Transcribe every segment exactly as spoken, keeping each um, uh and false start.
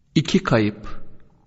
İki kayıp.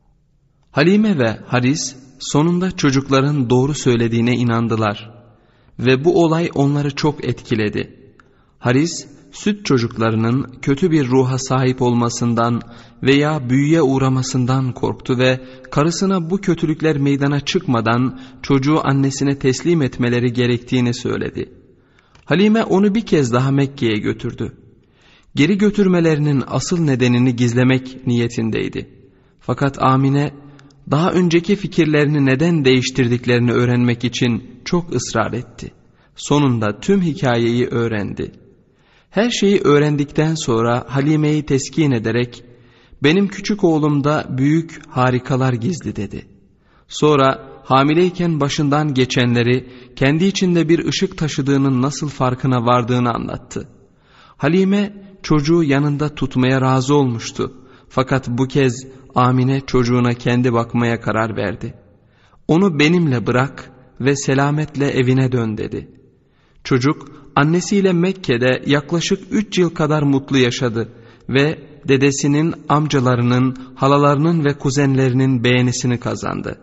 Halime ve Haris sonunda çocukların doğru söylediğine inandılar ve bu olay onları çok etkiledi. Haris, süt çocuklarının kötü bir ruha sahip olmasından veya büyüye uğramasından korktu ve karısına bu kötülükler meydana çıkmadan çocuğu annesine teslim etmeleri gerektiğini söyledi. Halime onu bir kez daha Mekke'ye götürdü. Geri götürmelerinin asıl nedenini gizlemek niyetindeydi. Fakat Amine daha önceki fikirlerini neden değiştirdiklerini öğrenmek için çok ısrar etti. Sonunda tüm hikayeyi öğrendi. Her şeyi öğrendikten sonra Halime'yi teskin ederek "Benim küçük oğlumda büyük harikalar gizli" dedi. Sonra hamileyken başından geçenleri, kendi içinde bir ışık taşıdığının nasıl farkına vardığını anlattı. Halime çocuğu yanında tutmaya razı olmuştu. Fakat bu kez Amine çocuğuna kendi bakmaya karar verdi. "Onu benimle bırak ve selametle evine dön" dedi. Çocuk annesiyle Mekke'de yaklaşık üç yıl kadar mutlu yaşadı ve dedesinin, amcalarının, halalarının ve kuzenlerinin beğenisini kazandı.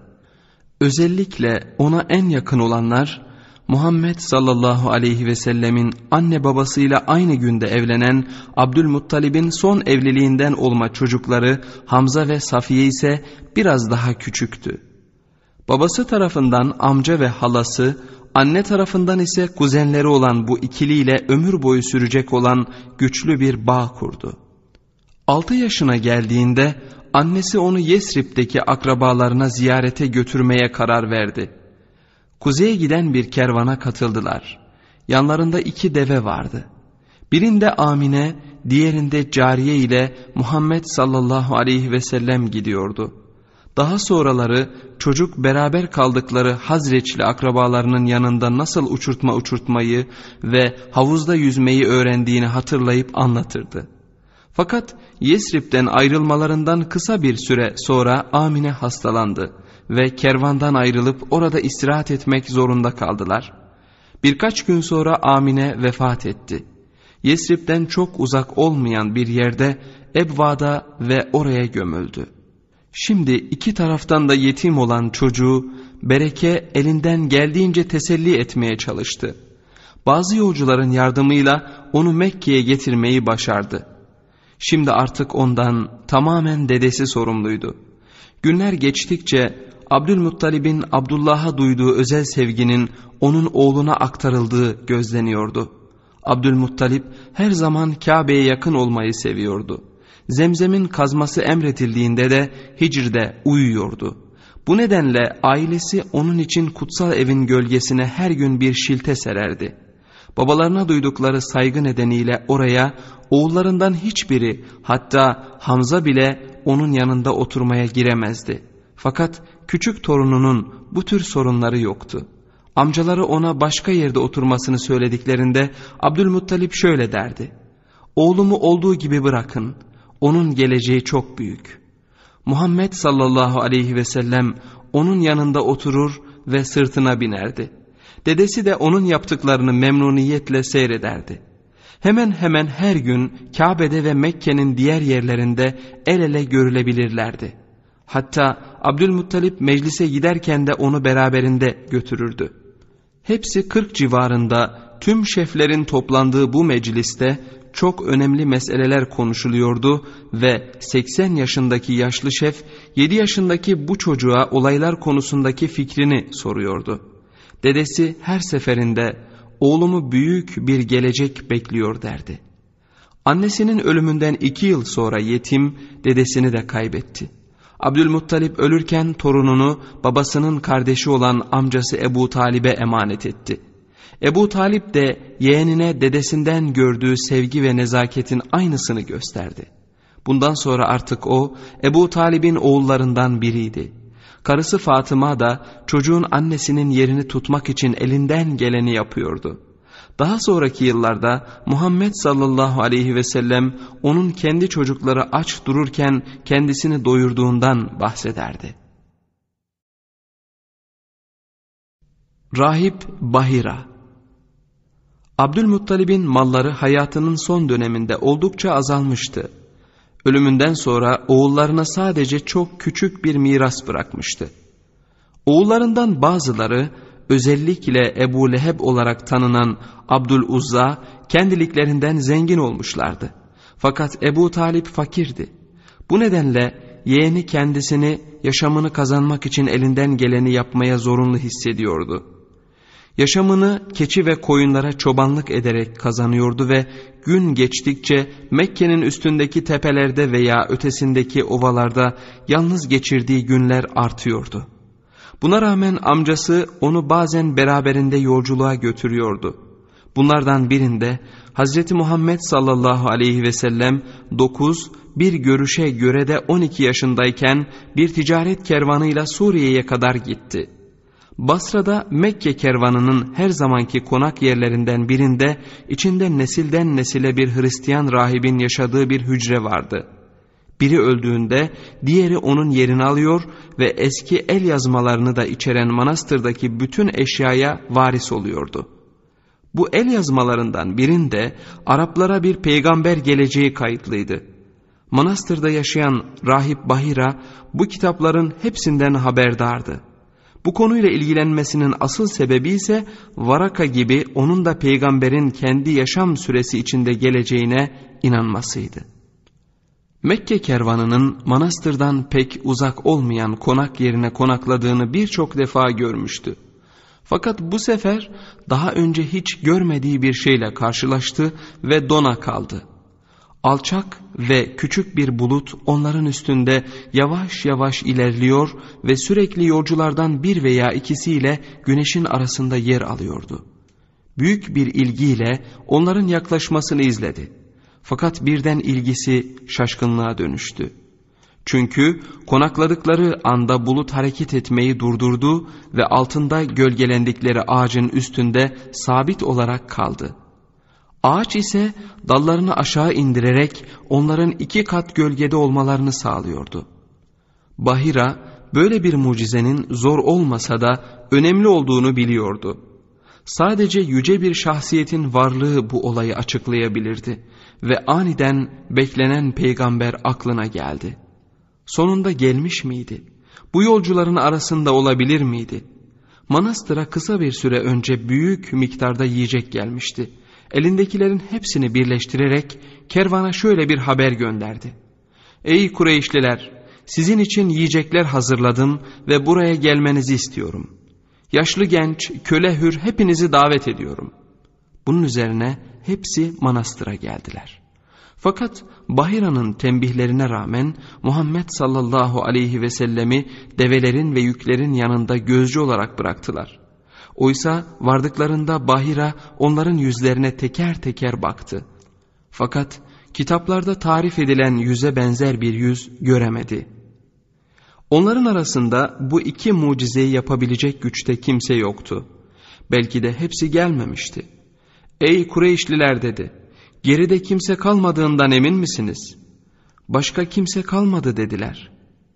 Özellikle ona en yakın olanlar, Muhammed sallallahu aleyhi ve sellemin anne babasıyla aynı günde evlenen Abdülmuttalib'in son evliliğinden olma çocukları Hamza ve Safiye ise biraz daha küçüktü. Babası tarafından amca ve halası, anne tarafından ise kuzenleri olan bu ikiliyle ömür boyu sürecek olan güçlü bir bağ kurdu. Altı yaşına geldiğinde annesi onu Yesrib'deki akrabalarına ziyarete götürmeye karar verdi. Kuzeye giden bir kervana katıldılar. Yanlarında iki deve vardı. Birinde Amine, diğerinde Cariye ile Muhammed sallallahu aleyhi ve sellem gidiyordu. Daha sonraları çocuk beraber kaldıkları Hazreçli akrabalarının yanında nasıl uçurtma uçurtmayı ve havuzda yüzmeyi öğrendiğini hatırlayıp anlatırdı. Fakat Yesrib'den ayrılmalarından kısa bir süre sonra Amine hastalandı ve kervandan ayrılıp orada istirahat etmek zorunda kaldılar. Birkaç gün sonra Amine vefat etti. Yesrib'den çok uzak olmayan bir yerde Ebva'da ve oraya gömüldü. Şimdi iki taraftan da yetim olan çocuğu Bereke elinden geldiğince teselli etmeye çalıştı. Bazı yolcuların yardımıyla onu Mekke'ye getirmeyi başardı. Şimdi artık ondan tamamen dedesi sorumluydu. Günler geçtikçe Abdülmuttalib'in Abdullah'a duyduğu özel sevginin onun oğluna aktarıldığı gözleniyordu. Abdülmuttalib her zaman Kabe'ye yakın olmayı seviyordu. Zemzem'in kazması emredildiğinde de Hicr'de uyuyordu. Bu nedenle ailesi onun için kutsal evin gölgesine her gün bir şilte sererdi. Babalarına duydukları saygı nedeniyle oraya oğullarından hiçbiri, hatta Hamza bile onun yanında oturmaya giremezdi. Fakat küçük torununun bu tür sorunları yoktu. Amcaları ona başka yerde oturmasını söylediklerinde Abdülmuttalip şöyle derdi: "Oğlumu olduğu gibi bırakın, onun geleceği çok büyük." Muhammed sallallahu aleyhi ve sellem onun yanında oturur ve sırtına binerdi. Dedesi de onun yaptıklarını memnuniyetle seyrederdi. Hemen hemen her gün Kabe'de ve Mekke'nin diğer yerlerinde el ele görülebilirlerdi. Hatta Abdülmuttalip meclise giderken de onu beraberinde götürürdü. Hepsi kırk civarında tüm şeflerin toplandığı bu mecliste çok önemli meseleler konuşuluyordu ve seksen yaşındaki yaşlı şef yedi yaşındaki bu çocuğa olaylar konusundaki fikrini soruyordu. Dedesi her seferinde "Oğlumu büyük bir gelecek bekliyor" derdi. Annesinin ölümünden iki yıl sonra yetim, dedesini de kaybetti. Abdülmuttalip ölürken torununu babasının kardeşi olan amcası Ebu Talib'e emanet etti. Ebu Talip de yeğenine dedesinden gördüğü sevgi ve nezaketin aynısını gösterdi. Bundan sonra artık o Ebu Talib'in oğullarından biriydi. Karısı Fatıma da çocuğun annesinin yerini tutmak için elinden geleni yapıyordu. Daha sonraki yıllarda Muhammed sallallahu aleyhi ve sellem onun kendi çocukları aç dururken kendisini doyurduğundan bahsederdi. Rahip Bahira. Abdülmuttalib'in malları hayatının son döneminde oldukça azalmıştı. Ölümünden sonra oğullarına sadece çok küçük bir miras bırakmıştı. Oğullarından bazıları, özellikle Ebu Leheb olarak tanınan Abdüluzza, kendiliklerinden zengin olmuşlardı. Fakat Ebu Talip fakirdi. Bu nedenle yeğeni kendisini yaşamını kazanmak için elinden geleni yapmaya zorunlu hissediyordu. Yaşamını keçi ve koyunlara çobanlık ederek kazanıyordu ve gün geçtikçe Mekke'nin üstündeki tepelerde veya ötesindeki ovalarda yalnız geçirdiği günler artıyordu. Buna rağmen amcası onu bazen beraberinde yolculuğa götürüyordu. Bunlardan birinde Hazreti Muhammed sallallahu aleyhi ve sellem dokuz, bir görüşe göre de on iki yaşındayken bir ticaret kervanıyla Suriye'ye kadar gitti. Basra'da Mekke kervanının her zamanki konak yerlerinden birinde içinde nesilden nesile bir Hristiyan rahibin yaşadığı bir hücre vardı. Biri öldüğünde diğeri onun yerini alıyor ve eski el yazmalarını da içeren manastırdaki bütün eşyaya varis oluyordu. Bu el yazmalarından birinde Araplara bir peygamber geleceği kayıtlıydı. Manastırda yaşayan rahip Bahira bu kitapların hepsinden haberdardı. Bu konuyla ilgilenmesinin asıl sebebi ise Varaka gibi onun da peygamberin kendi yaşam süresi içinde geleceğine inanmasıydı. Mekke kervanının manastırdan pek uzak olmayan konak yerine konakladığını birçok defa görmüştü. Fakat bu sefer daha önce hiç görmediği bir şeyle karşılaştı ve dona kaldı. Alçak ve küçük bir bulut onların üstünde yavaş yavaş ilerliyor ve sürekli yolculardan bir veya ikisiyle güneşin arasında yer alıyordu. Büyük bir ilgiyle onların yaklaşmasını izledi. Fakat birden ilgisi şaşkınlığa dönüştü. Çünkü konakladıkları anda bulut hareket etmeyi durdurdu ve altında gölgelendikleri ağacın üstünde sabit olarak kaldı. Ağaç ise dallarını aşağı indirerek onların iki kat gölgede olmalarını sağlıyordu. Bahira böyle bir mucizenin zor olmasa da önemli olduğunu biliyordu. Sadece yüce bir şahsiyetin varlığı bu olayı açıklayabilirdi ve aniden beklenen peygamber aklına geldi. Sonunda gelmiş miydi? Bu yolcuların arasında olabilir miydi? Manastıra kısa bir süre önce büyük miktarda yiyecek gelmişti. Elindekilerin hepsini birleştirerek kervana şöyle bir haber gönderdi. Ey Kureyşliler! Sizin için yiyecekler hazırladım ve buraya gelmenizi istiyorum. Yaşlı genç, köle hür hepinizi davet ediyorum. Bunun üzerine hepsi manastıra geldiler. Fakat Bahira'nın tembihlerine rağmen Muhammed sallallahu aleyhi ve sellemi develerin ve yüklerin yanında gözcü olarak bıraktılar. Oysa vardıklarında Bahira onların yüzlerine teker teker baktı. Fakat kitaplarda tarif edilen yüze benzer bir yüz göremedi. Onların arasında bu iki mucizeyi yapabilecek güçte kimse yoktu. Belki de hepsi gelmemişti. Ey Kureyşliler dedi. Geride kimse kalmadığından emin misiniz? Başka kimse kalmadı dediler.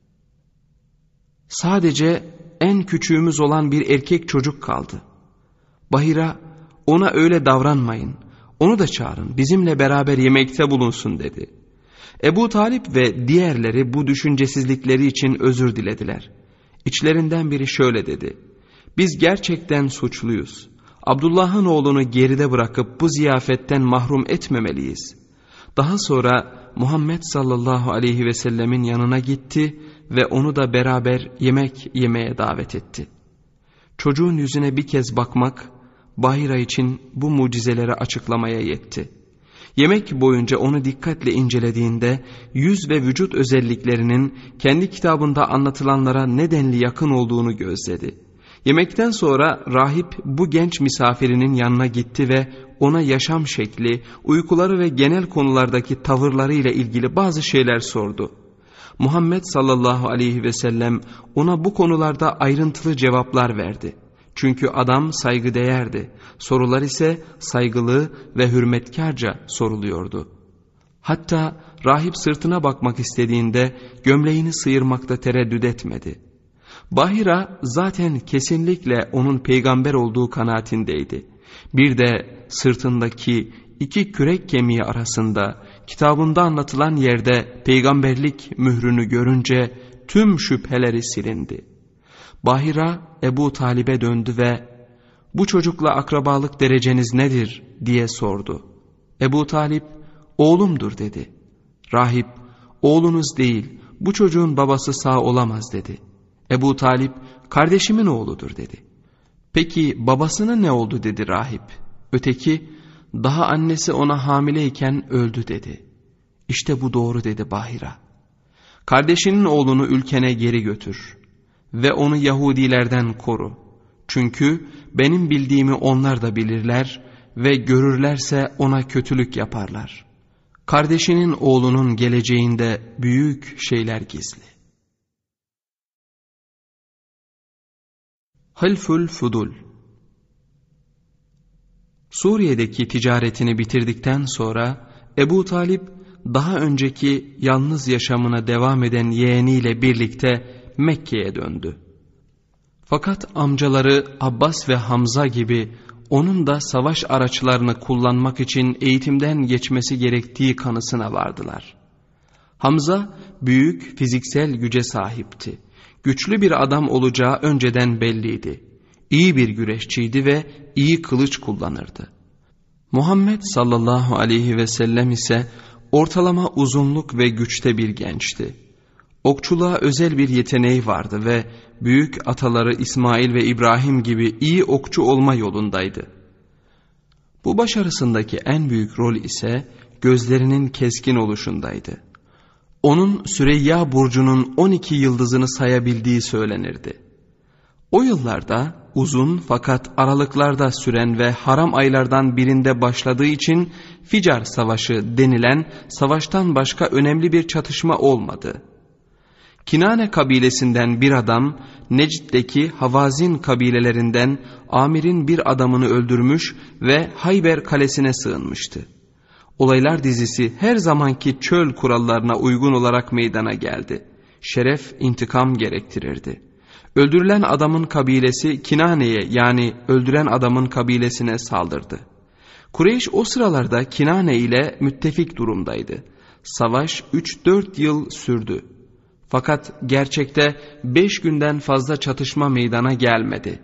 Sadece en küçüğümüz olan bir erkek çocuk kaldı. Bahira, ona öyle davranmayın, onu da çağırın, bizimle beraber yemekte bulunsun dedi. Ebu Talip ve diğerleri bu düşüncesizlikleri için özür dilediler. İçlerinden biri şöyle dedi. Biz gerçekten suçluyuz. Abdullah'ın oğlunu geride bırakıp bu ziyafetten mahrum etmemeliyiz. Daha sonra Muhammed sallallahu aleyhi ve sellemin yanına gitti ve onu da beraber yemek yemeye davet etti. Çocuğun yüzüne bir kez bakmak Bahira için bu mucizeleri açıklamaya yetti. Yemek boyunca onu dikkatle incelediğinde yüz ve vücut özelliklerinin kendi kitabında anlatılanlara nedenli yakın olduğunu gözledi. Yemekten sonra rahip bu genç misafirinin yanına gitti ve ona yaşam şekli, uykuları ve genel konulardaki tavırlarıyla ilgili bazı şeyler sordu. Muhammed sallallahu aleyhi ve sellem ona bu konularda ayrıntılı cevaplar verdi. Çünkü adam saygıdeğerdi. Sorular ise saygılı ve hürmetkarca soruluyordu. Hatta rahip sırtına bakmak istediğinde gömleğini sıyırmakta tereddüt etmedi. Bahira zaten kesinlikle onun peygamber olduğu kanaatindeydi. Bir de sırtındaki iki kürek kemiği arasında kitabında anlatılan yerde peygamberlik mührünü görünce tüm şüpheleri silindi. Bahira Ebu Talib'e döndü ve "Bu çocukla akrabalık dereceniz nedir?" diye sordu. Ebu Talip "Oğlumdur" dedi. Rahip "Oğlunuz değil, bu çocuğun babası sağ olamaz" dedi. Ebu Talip "Kardeşimin oğludur" dedi. "Peki babasının ne oldu?" dedi rahip. Öteki "Daha annesi ona hamileyken öldü" dedi. "İşte bu doğru" dedi Bahira. "Kardeşinin oğlunu ülkene geri götür ve onu Yahudilerden koru. Çünkü benim bildiğimi onlar da bilirler ve görürlerse ona kötülük yaparlar. Kardeşinin oğlunun geleceğinde büyük şeyler gizli." Halful Fudul. Suriye'deki ticaretini bitirdikten sonra Ebu Talip daha önceki yalnız yaşamına devam eden yeğeniyle birlikte Mekke'ye döndü. Fakat amcaları Abbas ve Hamza gibi onun da savaş araçlarını kullanmak için eğitimden geçmesi gerektiği kanısına vardılar. Hamza büyük fiziksel güce sahipti. Güçlü bir adam olacağı önceden belliydi. İyi bir güreşçiydi ve iyi kılıç kullanırdı. Muhammed sallallahu aleyhi ve sellem ise ortalama uzunluk ve güçte bir gençti. Okçuluğa özel bir yeteneği vardı ve büyük ataları İsmail ve İbrahim gibi iyi okçu olma yolundaydı. Bu başarısındaki en büyük rol ise gözlerinin keskin oluşundaydı. Onun Süreyya burcunun on iki yıldızını sayabildiği söylenirdi. O yıllarda uzun fakat aralıklarda süren ve haram aylardan birinde başladığı için Ficar Savaşı denilen savaştan başka önemli bir çatışma olmadı. Kinane kabilesinden bir adam Necd'deki Havazin kabilelerinden Amir'in bir adamını öldürmüş ve Hayber kalesine sığınmıştı. Olaylar dizisi her zamanki çöl kurallarına uygun olarak meydana geldi. Şeref intikam gerektirirdi. Öldürülen adamın kabilesi Kinane'ye yani öldüren adamın kabilesine saldırdı. Kureyş o sıralarda Kinane ile müttefik durumdaydı. Savaş üç dört yıl sürdü. Fakat gerçekte beş günden fazla çatışma meydana gelmedi.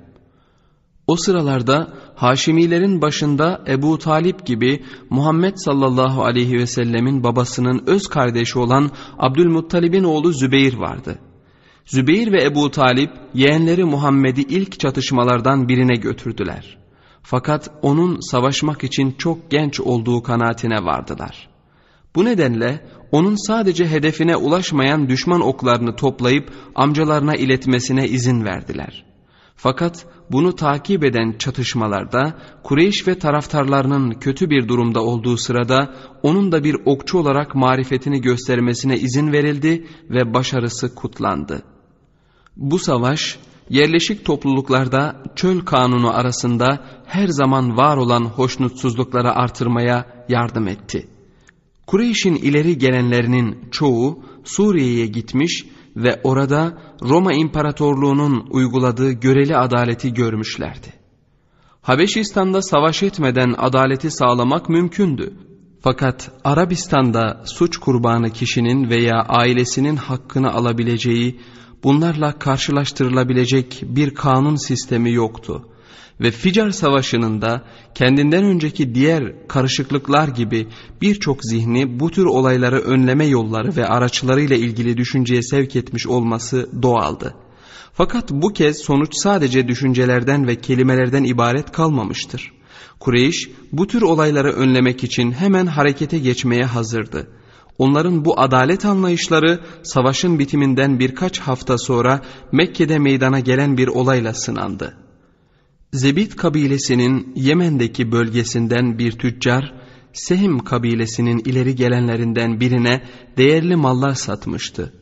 O sıralarda Haşimilerin başında Ebu Talip gibi Muhammed sallallahu aleyhi ve sellemin babasının öz kardeşi olan Abdülmuttalib'in oğlu Zübeyir vardı. Zübeyir ve Ebu Talip yeğenleri Muhammed'i ilk çatışmalardan birine götürdüler. Fakat onun savaşmak için çok genç olduğu kanaatine vardılar. Bu nedenle onun sadece hedefine ulaşmayan düşman oklarını toplayıp amcalarına iletmesine izin verdiler. Fakat bunu takip eden çatışmalarda Kureyş ve taraftarlarının kötü bir durumda olduğu sırada onun da bir okçu olarak marifetini göstermesine izin verildi ve başarısı kutlandı. Bu savaş yerleşik topluluklarda çöl kanunu arasında her zaman var olan hoşnutsuzlukları artırmaya yardım etti. Kureyş'in ileri gelenlerinin çoğu Suriye'ye gitmiş ve orada Roma İmparatorluğu'nun uyguladığı göreli adaleti görmüşlerdi. Habeşistan'da savaş etmeden adaleti sağlamak mümkündü. Fakat Arabistan'da suç kurbanı kişinin veya ailesinin hakkını alabileceği, bunlarla karşılaştırılabilecek bir kanun sistemi yoktu. Ve Ficar Savaşı'nın da kendinden önceki diğer karışıklıklar gibi birçok zihni bu tür olayları önleme yolları ve araçlarıyla ilgili düşünceye sevk etmiş olması doğaldı. Fakat bu kez sonuç sadece düşüncelerden ve kelimelerden ibaret kalmamıştır. Kureyş bu tür olayları önlemek için hemen harekete geçmeye hazırdı. Onların bu adalet anlayışları savaşın bitiminden birkaç hafta sonra Mekke'de meydana gelen bir olayla sınandı. Zebit kabilesinin Yemen'deki bölgesinden bir tüccar, Sehm kabilesinin ileri gelenlerinden birine değerli mallar satmıştı.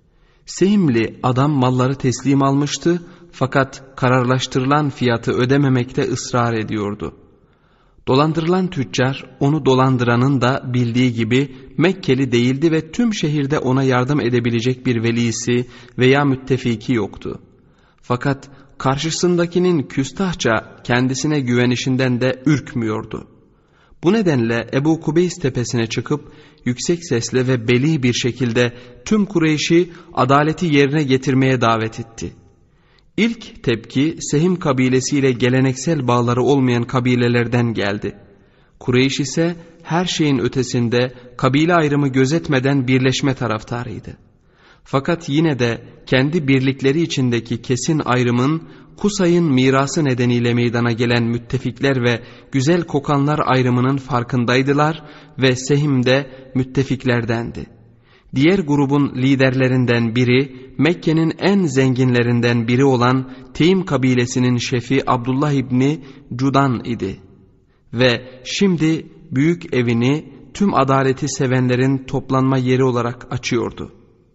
Sehimli adam malları teslim almıştı fakat kararlaştırılan fiyatı ödememekte ısrar ediyordu. Dolandırılan tüccar onu dolandıranın da bildiği gibi Mekkeli değildi ve tüm şehirde ona yardım edebilecek bir velisi veya müttefiki yoktu. Fakat karşısındakinin küstahça kendisine güvenişinden de ürkmüyordu. Bu nedenle Ebu Kubeys tepesine çıkıp yüksek sesle ve beli bir şekilde tüm Kureyş'i adaleti yerine getirmeye davet etti. İlk tepki Sehim kabilesiyle geleneksel bağları olmayan kabilelerden geldi. Kureyş ise her şeyin ötesinde kabile ayrımı gözetmeden birleşme taraftarıydı. Fakat yine de kendi birlikleri içindeki kesin ayrımın Kusay'ın mirası nedeniyle meydana gelen müttefikler ve güzel kokanlar ayrımının farkındaydılar ve Sehim de müttefiklerdendi. Diğer grubun liderlerinden biri Mekke'nin en zenginlerinden biri olan Teym kabilesinin şefi Abdullah İbni Cudan idi. Ve şimdi büyük evini tüm adaleti sevenlerin toplanma yeri olarak açıyordu.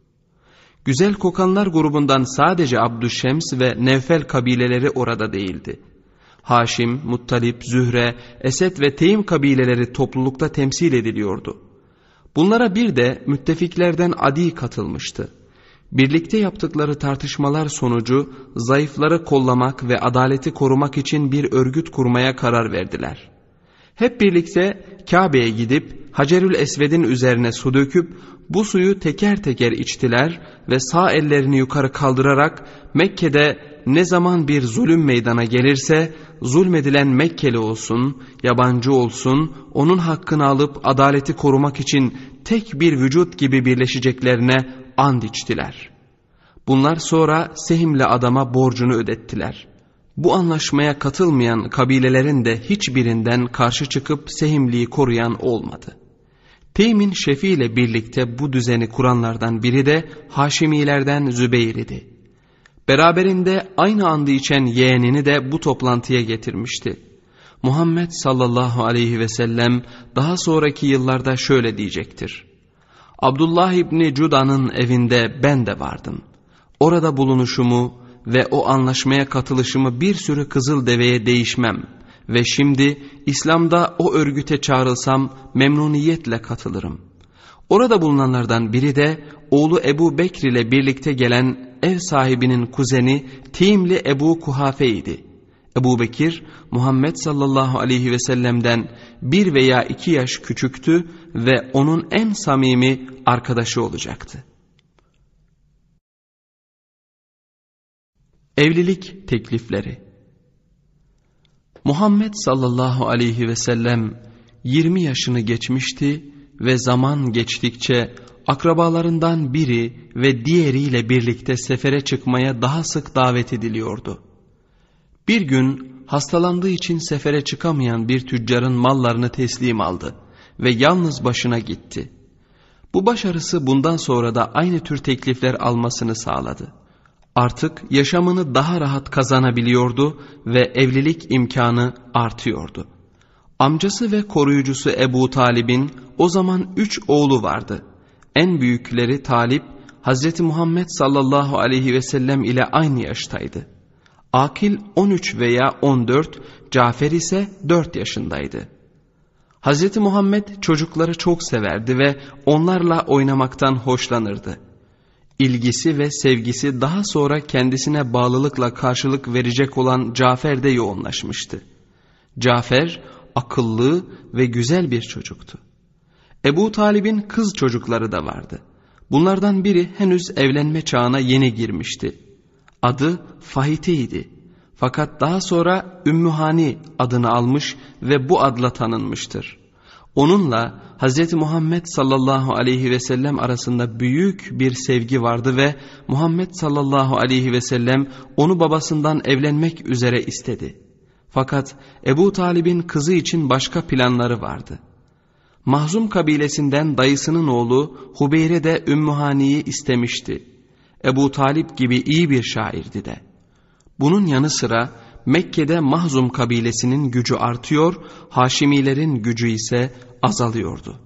Güzel kokanlar grubundan sadece Abdüşşems ve Nevfel kabileleri orada değildi. Haşim, Muttalip, Zühre, Esed ve Teym kabileleri toplulukta temsil ediliyordu. Bunlara bir de müttefiklerden Adi katılmıştı. Birlikte yaptıkları tartışmalar sonucu zayıfları kollamak ve adaleti korumak için bir örgüt kurmaya karar verdiler. Hep birlikte Kabe'ye gidip Hacerül Esved'in üzerine su döküp bu suyu teker teker içtiler ve sağ ellerini yukarı kaldırarak Mekke'de ne zaman bir zulüm meydana gelirse zulmedilen Mekkeli olsun, yabancı olsun, onun hakkını alıp adaleti korumak için tek bir vücut gibi birleşeceklerine and içtiler. Bunlar sonra Sehim'le adama borcunu ödettiler. Bu anlaşmaya katılmayan kabilelerin de hiçbirinden karşı çıkıp Sehimliği koruyan olmadı. Teym'in şefiyle birlikte bu düzeni kuranlardan biri de Haşimilerden Zübeyir idi. Beraberinde aynı andı içen yeğenini de bu toplantıya getirmişti. Muhammed sallallahu aleyhi ve sellem daha sonraki yıllarda şöyle diyecektir: Abdullah İbni Cuda'nın evinde ben de vardım. Orada bulunuşumu ve o anlaşmaya katılışımı bir sürü kızıl deveye değişmem ve şimdi İslam'da o örgüte çağrılsam memnuniyetle katılırım. Orada bulunanlardan biri de oğlu Ebu Bekr ile birlikte gelen ev sahibinin kuzeni Teymli Ebu Kuhafe idi. Ebu Bekir Muhammed sallallahu aleyhi ve sellem'den bir veya iki yaş küçüktü ve onun en samimi arkadaşı olacaktı. Evlilik teklifleri. Muhammed sallallahu aleyhi ve sellem yirmi yaşını geçmişti ve zaman geçtikçe akrabalarından biri ve diğeriyle birlikte sefere çıkmaya daha sık davet ediliyordu. Bir gün hastalandığı için sefere çıkamayan bir tüccarın mallarını teslim aldı ve yalnız başına gitti. Bu başarısı bundan sonra da aynı tür teklifler almasını sağladı. Artık yaşamını daha rahat kazanabiliyordu ve evlilik imkanı artıyordu. Amcası ve koruyucusu Ebu Talib'in o zaman üç oğlu vardı. En büyükleri Talip, Hazreti Muhammed sallallahu aleyhi ve sellem ile aynı yaştaydı. Akil on üç veya on dört, Cafer ise dört yaşındaydı. Hazreti Muhammed çocukları çok severdi ve onlarla oynamaktan hoşlanırdı. İlgisi ve sevgisi daha sonra kendisine bağlılıkla karşılık verecek olan Cafer'de yoğunlaşmıştı. Cafer akıllı ve güzel bir çocuktu. Ebu Talib'in kız çocukları da vardı. Bunlardan biri henüz evlenme çağına yeni girmişti. Adı Fahite idi. Fakat daha sonra Ümmühani adını almış ve bu adla tanınmıştır. Onunla Hazreti Muhammed sallallahu aleyhi ve sellem arasında büyük bir sevgi vardı ve Muhammed sallallahu aleyhi ve sellem onu babasından evlenmek üzere istedi. Fakat Ebu Talib'in kızı için başka planları vardı. Mahzum kabilesinden dayısının oğlu Hubeyre de Ümmühani'yi istemişti. Ebu Talip gibi iyi bir şairdi de. Bunun yanı sıra Mekke'de Mahzum kabilesinin gücü artıyor, Haşimilerin gücü ise azalıyordu.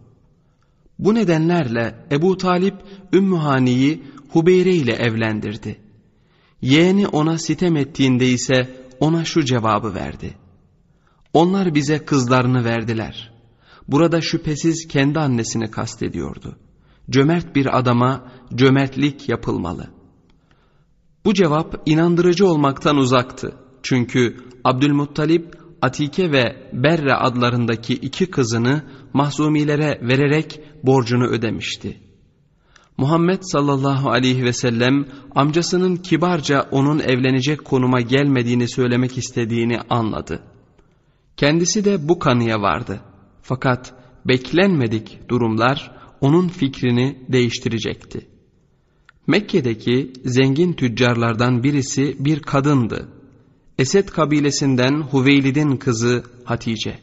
Bu nedenlerle Ebu Talip Ümmühani'yi Hubeyre ile evlendirdi. Yeğeni ona sitem ettiğinde ise ona şu cevabı verdi: Onlar bize kızlarını verdiler. Burada şüphesiz kendi annesini kastediyordu. Cömert bir adama cömertlik yapılmalı. Bu cevap inandırıcı olmaktan uzaktı. Çünkü Abdülmuttalip Atike ve Berre adlarındaki iki kızını Mahzumilere vererek borcunu ödemişti. Muhammed sallallahu aleyhi ve sellem amcasının kibarca onun evlenecek konuma gelmediğini söylemek istediğini anladı. Kendisi de bu kanıya vardı. Fakat beklenmedik durumlar onun fikrini değiştirecekti. Mekke'deki zengin tüccarlardan birisi bir kadındı. Esed kabilesinden Huveylid'in kızı Hatice.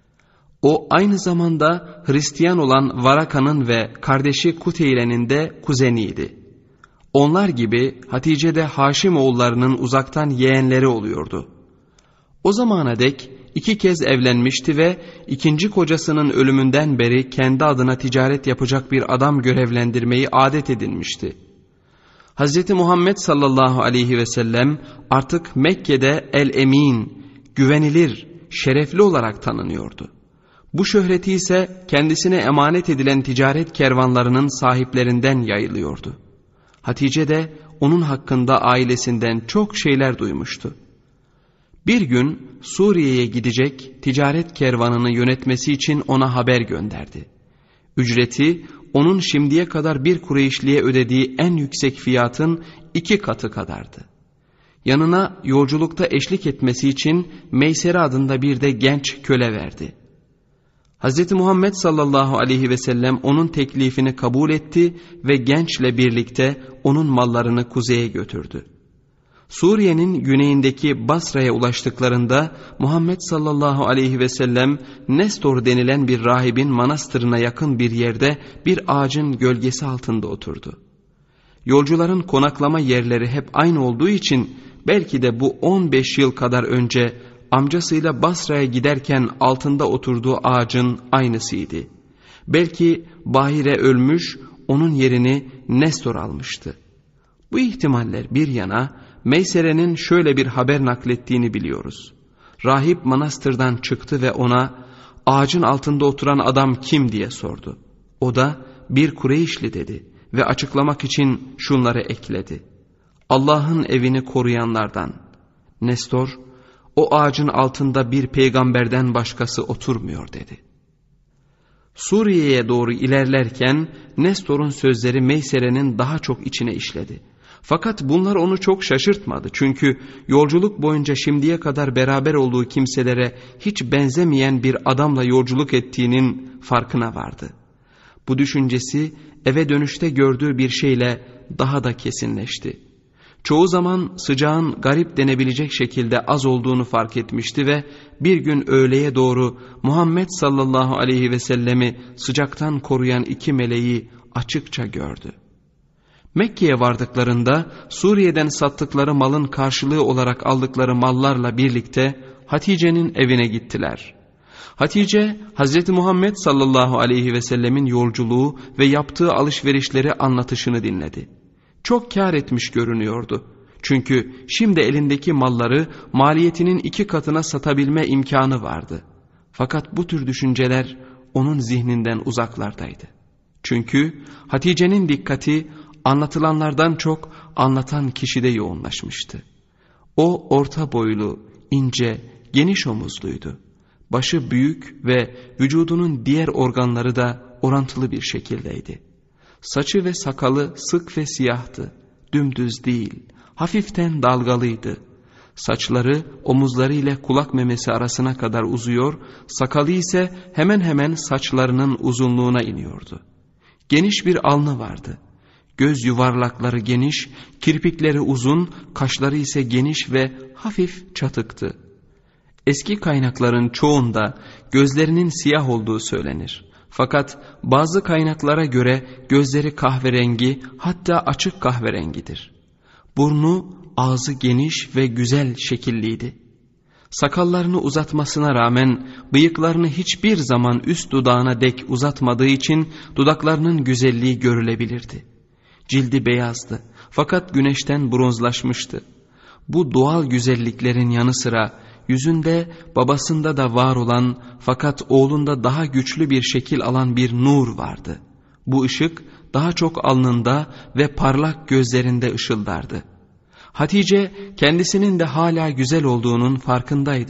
O aynı zamanda Hristiyan olan Varaka'nın ve kardeşi Kuteyle'nin de kuzeniydi. Onlar gibi Hatice de Haşim oğullarının uzaktan yeğenleri oluyordu. O zamana dek iki kez evlenmişti ve ikinci kocasının ölümünden beri kendi adına ticaret yapacak bir adam görevlendirmeyi adet edinmişti. Hz. Muhammed sallallahu aleyhi ve sellem artık Mekke'de el-emin, güvenilir, şerefli olarak tanınıyordu. Bu şöhreti ise kendisine emanet edilen ticaret kervanlarının sahiplerinden yayılıyordu. Hatice de onun hakkında ailesinden çok şeyler duymuştu. Bir gün Suriye'ye gidecek ticaret kervanını yönetmesi için ona haber gönderdi. Ücreti onun şimdiye kadar bir Kureyşli'ye ödediği en yüksek fiyatın iki katı kadardı. Yanına yolculukta eşlik etmesi için Meysere adında bir de genç köle verdi. Hz. Muhammed sallallahu aleyhi ve sellem onun teklifini kabul etti ve gençle birlikte onun mallarını kuzeye götürdü. Suriye'nin güneyindeki Basra'ya ulaştıklarında Muhammed sallallahu aleyhi ve sellem Nestor denilen bir rahibin manastırına yakın bir yerde bir ağacın gölgesi altında oturdu. Yolcuların konaklama yerleri hep aynı olduğu için belki de bu on beş yıl kadar önce amcasıyla Basra'ya giderken altında oturduğu ağacın aynısıydı. Belki Bahire ölmüş, onun yerini Nestor almıştı. Bu ihtimaller bir yana Meysere'nin şöyle bir haber naklettiğini biliyoruz. Rahip manastırdan çıktı ve ona ağacın altında oturan adam kim diye sordu. O da bir Kureyşli dedi ve açıklamak için şunları ekledi. Allah'ın evini koruyanlardan. Nestor, o ağacın altında bir peygamberden başkası oturmuyor dedi. Suriye'ye doğru ilerlerken Nestor'un sözleri Meysere'nin daha çok içine işledi. Fakat bunlar onu çok şaşırtmadı. Çünkü yolculuk boyunca şimdiye kadar beraber olduğu kimselere hiç benzemeyen bir adamla yolculuk ettiğinin farkına vardı. Bu düşüncesi eve dönüşte gördüğü bir şeyle daha da kesinleşti. Çoğu zaman sıcağın garip denebilecek şekilde az olduğunu fark etmişti ve bir gün öğleye doğru Muhammed sallallahu aleyhi ve sellemi sıcaktan koruyan iki meleği açıkça gördü. Mekke'ye vardıklarında Suriye'den sattıkları malın karşılığı olarak aldıkları mallarla birlikte Hatice'nin evine gittiler. Hatice, Hz. Muhammed sallallahu aleyhi ve sellemin yolculuğu ve yaptığı alışverişleri anlatışını dinledi. Çok kâr etmiş görünüyordu. Çünkü şimdi elindeki malları maliyetinin iki katına satabilme imkanı vardı. Fakat bu tür düşünceler onun zihninden uzaklardaydı. Çünkü Hatice'nin dikkati anlatılanlardan çok anlatan kişide yoğunlaşmıştı. O orta boylu, ince, geniş omuzluydu. Başı büyük ve vücudunun diğer organları da orantılı bir şekildeydi. Saçı ve sakalı sık ve siyahtı, dümdüz değil, hafiften dalgalıydı. Saçları omuzları ile kulak memesi arasına kadar uzuyor, sakalı ise hemen hemen saçlarının uzunluğuna iniyordu. Geniş bir alnı vardı. Göz yuvarlakları geniş, kirpikleri uzun, kaşları ise geniş ve hafif çatıktı. Eski kaynakların çoğunda gözlerinin siyah olduğu söylenir. Fakat bazı kaynaklara göre gözleri kahverengi, hatta açık kahverengidir. Burnu, ağzı geniş ve güzel şekilliydi. Sakallarını uzatmasına rağmen bıyıklarını hiçbir zaman üst dudağına dek uzatmadığı için dudaklarının güzelliği görülebilirdi. Cildi beyazdı fakat güneşten bronzlaşmıştı. Bu doğal güzelliklerin yanı sıra yüzünde babasında da var olan fakat oğlunda daha güçlü bir şekil alan bir nur vardı. Bu ışık daha çok alnında ve parlak gözlerinde ışıldardı. Hatice kendisinin de hala güzel olduğunun farkındaydı.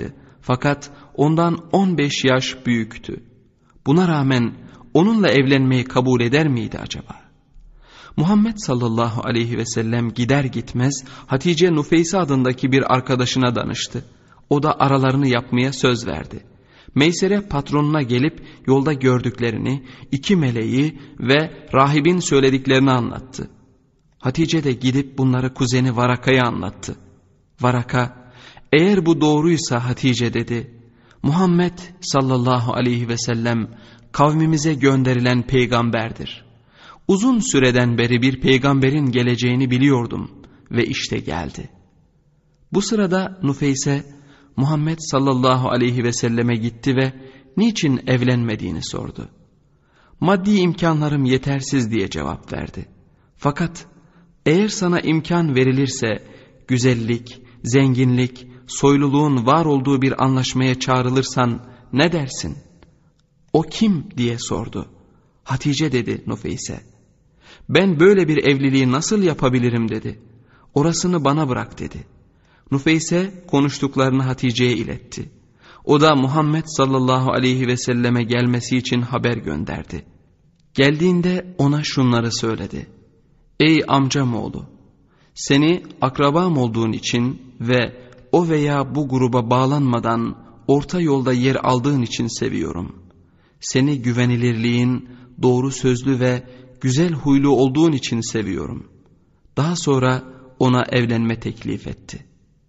Fakat ondan on beş yaş büyüktü. Buna rağmen onunla evlenmeyi kabul eder miydi acaba? Muhammed sallallahu aleyhi ve sellem gider gitmez Hatice Nufeyse adındaki bir arkadaşına danıştı. O da aralarını yapmaya söz verdi. Meysere patronuna gelip yolda gördüklerini, iki meleği ve rahibin söylediklerini anlattı. Hatice de gidip bunları kuzeni Varaka'ya anlattı. Varaka, eğer bu doğruysa Hatice dedi, Muhammed sallallahu aleyhi ve sellem kavmimize gönderilen peygamberdir. Uzun süreden beri bir peygamberin geleceğini biliyordum ve işte geldi. Bu sırada Nufeyse Muhammed sallallahu aleyhi ve selleme gitti ve niçin evlenmediğini sordu. Maddi imkanlarım yetersiz diye cevap verdi. Fakat eğer sana imkan verilirse güzellik, zenginlik, soyluluğun var olduğu bir anlaşmaya çağrılırsan ne dersin? O kim diye sordu. Hatice dedi Nufeyse. Ben böyle bir evliliği nasıl yapabilirim dedi. Orasını bana bırak dedi. Nufeyse konuştuklarını Hatice'ye iletti. O da Muhammed sallallahu aleyhi ve selleme gelmesi için haber gönderdi. Geldiğinde ona şunları söyledi. Ey amcam oğlu, seni akrabam olduğun için ve o veya bu gruba bağlanmadan orta yolda yer aldığın için seviyorum. Seni güvenilirliğin, doğru sözlü ve güzel huylu olduğun için seviyorum. Daha sonra ona evlenme teklif etti.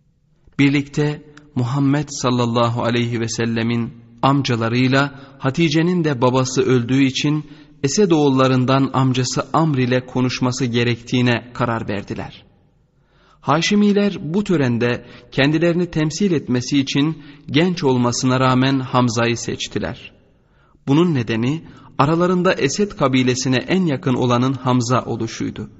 Birlikte Muhammed sallallahu aleyhi ve sellemin amcalarıyla Hatice'nin de babası öldüğü için Esedoğullarından amcası Amr ile konuşması gerektiğine karar verdiler. Haşimiler bu törende kendilerini temsil etmesi için genç olmasına rağmen Hamza'yı seçtiler. Bunun nedeni aralarında Esed kabilesine en yakın olanın Hamza oluşuydu.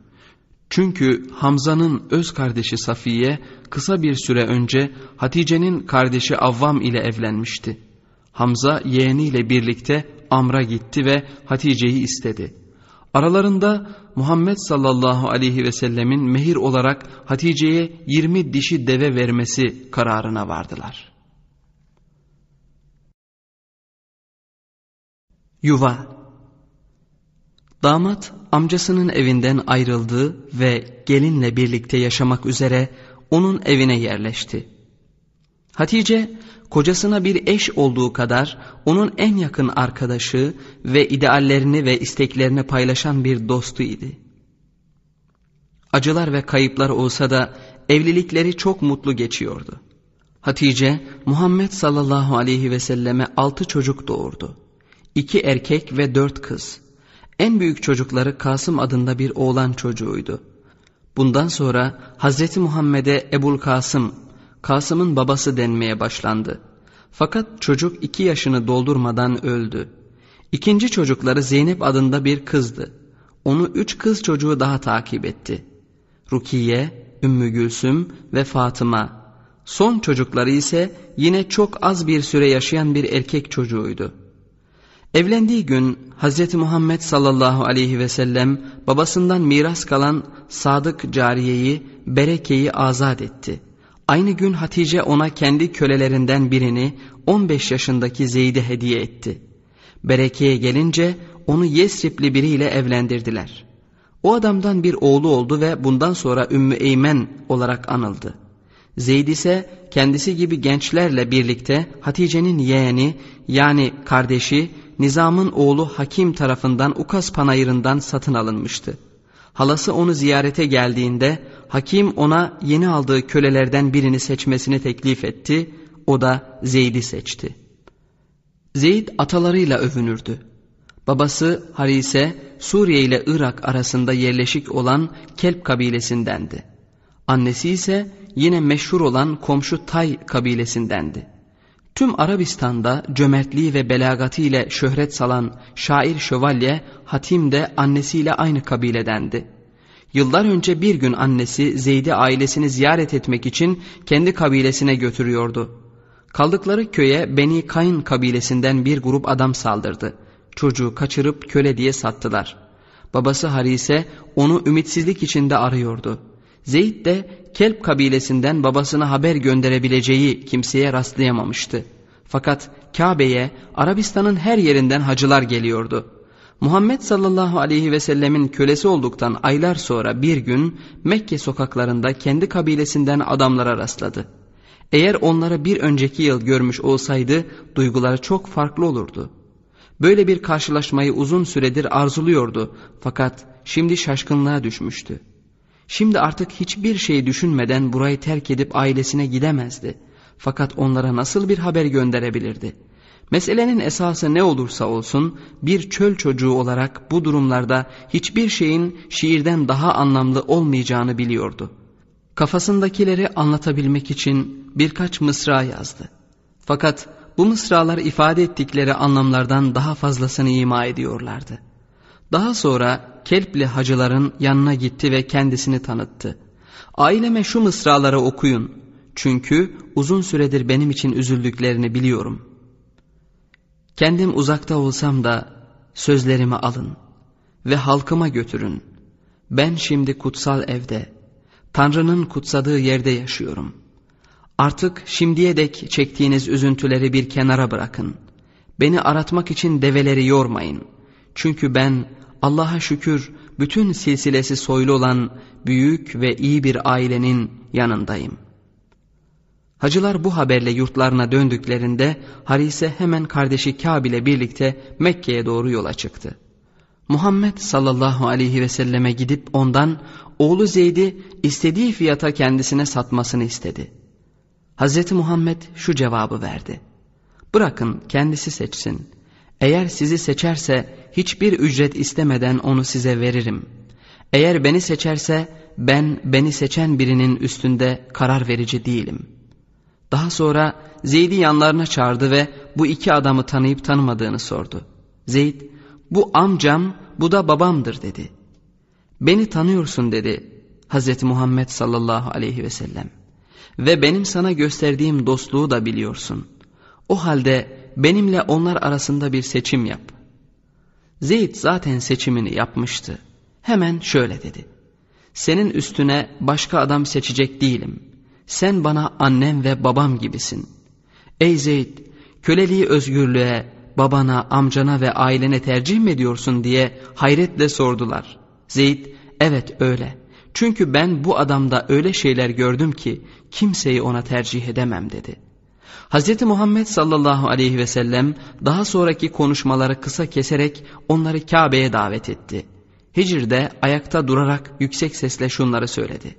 Çünkü Hamza'nın öz kardeşi Safiye kısa bir süre önce Hatice'nin kardeşi Avvam ile evlenmişti. Hamza yeğeniyle birlikte Amr'a gitti ve Hatice'yi istedi. Aralarında Muhammed sallallahu aleyhi ve sellemin mehir olarak Hatice'ye yirmi dişi deve vermesi kararına vardılar. Yuva. Damat amcasının evinden ayrıldı ve gelinle birlikte yaşamak üzere onun evine yerleşti. Hatice kocasına bir eş olduğu kadar onun en yakın arkadaşı ve ideallerini ve isteklerini paylaşan bir dostu idi. Acılar ve kayıplar olsa da evlilikleri çok mutlu geçiyordu. Hatice Muhammed sallallahu aleyhi ve selleme altı çocuk doğurdu. İki erkek ve dört kız. En büyük çocukları Kasım adında bir oğlan çocuğuydu. Bundan sonra Hazreti Muhammed'e Ebul Kasım, Kasım'ın babası denmeye başlandı. Fakat çocuk iki yaşını doldurmadan öldü. İkinci çocukları Zeynep adında bir kızdı. Onu üç kız çocuğu daha takip etti. Rukiye, Ümmü Gülsüm ve Fatıma. Son çocukları ise yine çok az bir süre yaşayan bir erkek çocuğuydu. Evlendiği gün Hazreti Muhammed sallallahu aleyhi ve sellem babasından miras kalan sadık cariyeyi, Bereke'yi azat etti. Aynı gün Hatice ona kendi kölelerinden birini on beş yaşındaki Zeyd'e hediye etti. Bereke'ye gelince onu Yesribli biriyle evlendirdiler. O adamdan bir oğlu oldu ve bundan sonra Ümmü Eymen olarak anıldı. Zeyd ise kendisi gibi gençlerle birlikte Hatice'nin yeğeni yani kardeşi Nizam'ın oğlu Hakim tarafından Ukas panayırından satın alınmıştı. Halası onu ziyarete geldiğinde Hakim ona yeni aldığı kölelerden birini seçmesini teklif etti. O da Zeyd'i seçti. Zeyd atalarıyla övünürdü. Babası Harise Suriye ile Irak arasında yerleşik olan Kelp kabilesindendi. Annesi ise yine meşhur olan komşu Tay kabilesindendi. Tüm Arabistan'da cömertliği ve belagatı ile şöhret salan şair şövalye Hatim de annesiyle aynı kabiledendi. Yıllar önce bir gün annesi Zeyd'i ailesini ziyaret etmek için kendi kabilesine götürüyordu. Kaldıkları köye Beni Kayn kabilesinden bir grup adam saldırdı. Çocuğu kaçırıp köle diye sattılar. Babası Harise onu ümitsizlik içinde arıyordu. Zeyd de Kelp kabilesinden babasına haber gönderebileceği kimseye rastlayamamıştı. Fakat Kabe'ye Arabistan'ın her yerinden hacılar geliyordu. Muhammed sallallahu aleyhi ve sellemin kölesi olduktan aylar sonra bir gün Mekke sokaklarında kendi kabilesinden adamlara rastladı. Eğer onları bir önceki yıl görmüş olsaydı duyguları çok farklı olurdu. Böyle bir karşılaşmayı uzun süredir arzuluyordu fakat şimdi şaşkınlığa düşmüştü. Şimdi artık hiçbir şey düşünmeden burayı terk edip ailesine gidemezdi. Fakat onlara nasıl bir haber gönderebilirdi? Meselenin esası ne olursa olsun bir çöl çocuğu olarak bu durumlarda hiçbir şeyin şiirden daha anlamlı olmayacağını biliyordu. Kafasındakileri anlatabilmek için birkaç mısra yazdı. Fakat bu mısralar ifade ettikleri anlamlardan daha fazlasını ima ediyorlardı. Daha sonra Kelpli hacıların yanına gitti ve kendisini tanıttı. Aileme şu mısraları okuyun çünkü uzun süredir benim için üzüldüklerini biliyorum. Kendim uzakta olsam da sözlerimi alın ve halkıma götürün. Ben şimdi kutsal evde, Tanrı'nın kutsadığı yerde yaşıyorum. Artık şimdiye dek çektiğiniz üzüntüleri bir kenara bırakın. Beni aratmak için develeri yormayın. Çünkü ben Allah'a şükür bütün silsilesi soylu olan büyük ve iyi bir ailenin yanındayım. Hacılar bu haberle yurtlarına döndüklerinde Harise hemen kardeşi Kâb ile birlikte Mekke'ye doğru yola çıktı. Muhammed sallallahu aleyhi ve selleme gidip ondan oğlu Zeyd'i istediği fiyata kendisine satmasını istedi. Hazreti Muhammed şu cevabı verdi: bırakın kendisi seçsin. Eğer sizi seçerse hiçbir ücret istemeden onu size veririm. Eğer beni seçerse ben beni seçen birinin üstünde karar verici değilim. Daha sonra Zeyd'i yanlarına çağırdı ve bu iki adamı tanıyıp tanımadığını sordu. Zeyd, bu amcam, bu da babamdır dedi. Beni tanıyorsun dedi Hazreti Muhammed sallallahu aleyhi ve sellem. Ve benim sana gösterdiğim dostluğu da biliyorsun. O halde benimle onlar arasında bir seçim yap. Zeyd zaten seçimini yapmıştı. Hemen şöyle dedi: senin üstüne başka adam seçecek değilim. Sen bana annem ve babam gibisin. Ey Zeyd, köleliği özgürlüğe, babana, amcana ve ailene tercih mi ediyorsun diye hayretle sordular. Zeyd, evet öyle. Çünkü ben bu adamda öyle şeyler gördüm ki kimseyi ona tercih edemem dedi. Hazreti Muhammed sallallahu aleyhi ve sellem daha sonraki konuşmaları kısa keserek onları Kabe'ye davet etti. Hicr'de ayakta durarak yüksek sesle şunları söyledi: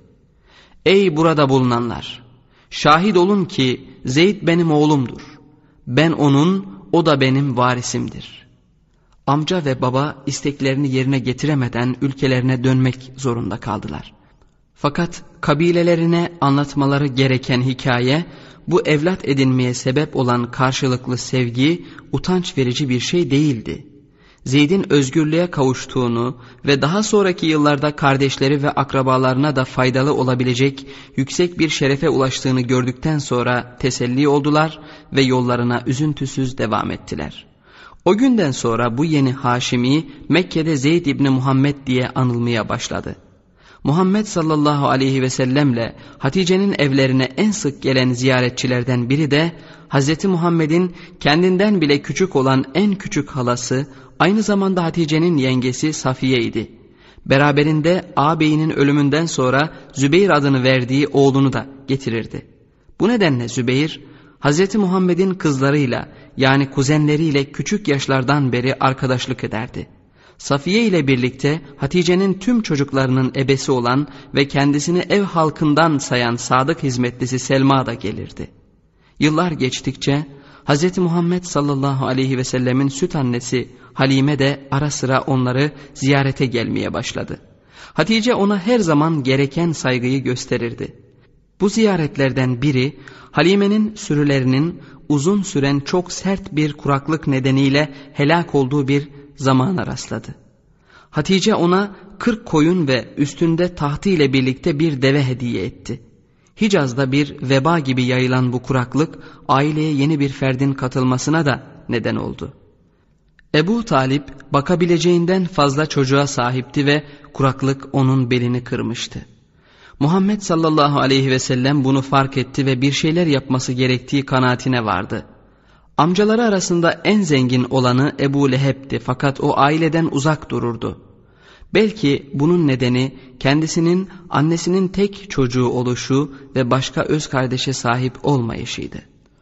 ey burada bulunanlar! Şahit olun ki Zeyd benim oğlumdur. Ben onun, o da benim varisimdir. Amca ve baba isteklerini yerine getiremeden ülkelerine dönmek zorunda kaldılar. Fakat kabilelerine anlatmaları gereken hikaye, bu evlat edinmeye sebep olan karşılıklı sevgi utanç verici bir şey değildi. Zeyd'in özgürlüğe kavuştuğunu ve daha sonraki yıllarda kardeşleri ve akrabalarına da faydalı olabilecek yüksek bir şerefe ulaştığını gördükten sonra teselli oldular ve yollarına üzüntüsüz devam ettiler. O günden sonra bu yeni Haşimi Mekke'de Zeyd İbni Muhammed diye anılmaya başladı. Muhammed sallallahu aleyhi ve sellemle Hatice'nin evlerine en sık gelen ziyaretçilerden biri de Hazreti Muhammed'in kendinden bile küçük olan en küçük halası, aynı zamanda Hatice'nin yengesi Safiye idi. Beraberinde ağabeyinin ölümünden sonra Zübeyir adını verdiği oğlunu da getirirdi. Bu nedenle Zübeyir, Hazreti Muhammed'in kızlarıyla yani kuzenleriyle küçük yaşlardan beri arkadaşlık ederdi. Safiye ile birlikte Hatice'nin tüm çocuklarının ebesi olan ve kendisini ev halkından sayan sadık hizmetlisi Selma da gelirdi. Yıllar geçtikçe Hz. Muhammed sallallahu aleyhi ve sellemin süt annesi Halime de ara sıra onları ziyarete gelmeye başladı. Hatice ona her zaman gereken saygıyı gösterirdi. Bu ziyaretlerden biri Halime'nin sürülerinin uzun süren çok sert bir kuraklık nedeniyle helak olduğu bir zamana rastladı. Hatice ona kırk koyun ve üstünde tahtı ile birlikte bir deve hediye etti. Hicaz'da bir veba gibi yayılan bu kuraklık aileye yeni bir ferdin katılmasına da neden oldu. Ebu Talip bakabileceğinden fazla çocuğa sahipti ve kuraklık onun belini kırmıştı. Muhammed sallallahu aleyhi ve sellem bunu fark etti ve bir şeyler yapması gerektiği kanaatine vardı. Amcaları arasında en zengin olanı Ebu Leheb'ti, fakat o aileden uzak dururdu. Belki bunun nedeni kendisinin annesinin tek çocuğu oluşu ve başka öz kardeşe sahip olmayışıydı.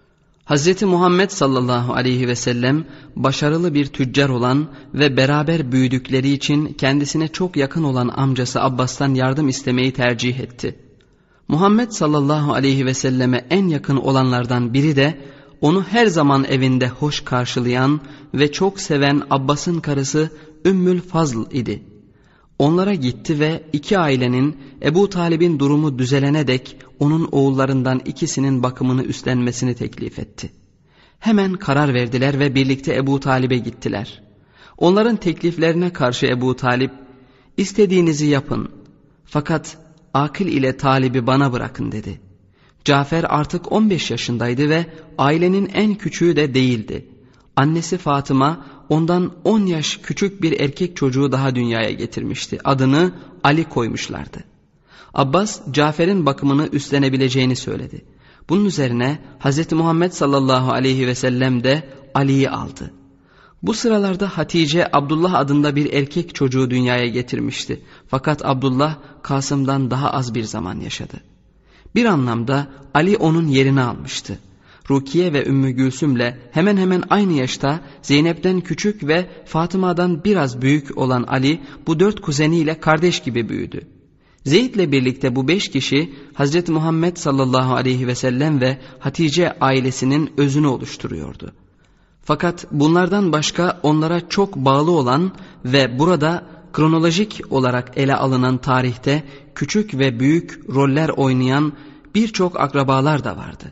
Hz. Muhammed sallallahu aleyhi ve sellem başarılı bir tüccar olan ve beraber büyüdükleri için kendisine çok yakın olan amcası Abbas'tan yardım istemeyi tercih etti. Muhammed sallallahu aleyhi ve selleme en yakın olanlardan biri de onu her zaman evinde hoş karşılayan ve çok seven Abbas'ın karısı Ümmül Fazl idi. Onlara gitti ve iki ailenin Ebu Talib'in durumu düzelene dek onun oğullarından ikisinin bakımını üstlenmesini teklif etti. Hemen karar verdiler ve birlikte Ebu Talib'e gittiler. Onların tekliflerine karşı Ebu Talib, "İstediğinizi yapın, fakat akıl ile Talib'i bana bırakın," dedi. Cafer artık on beş yaşındaydı ve ailenin en küçüğü de değildi. Annesi Fatıma ondan on yaş küçük bir erkek çocuğu daha dünyaya getirmişti. Adını Ali koymuşlardı. Abbas, Cafer'in bakımını üstlenebileceğini söyledi. Bunun üzerine Hz. Muhammed sallallahu aleyhi ve sellem de Ali'yi aldı. Bu sıralarda Hatice, Abdullah adında bir erkek çocuğu dünyaya getirmişti. Fakat Abdullah, Kasım'dan daha az bir zaman yaşadı. Bir anlamda Ali onun yerini almıştı. Rukiye ve Ümmü Gülsüm'le hemen hemen aynı yaşta, Zeynep'ten küçük ve Fatıma'dan biraz büyük olan Ali, bu dört kuzeniyle kardeş gibi büyüdü. Zeyd'le birlikte bu beş kişi Hz. Muhammed sallallahu aleyhi ve sellem ve Hatice ailesinin özünü oluşturuyordu. Fakat bunlardan başka onlara çok bağlı olan ve burada kronolojik olarak ele alınan tarihte küçük ve büyük roller oynayan birçok akrabalar da vardı.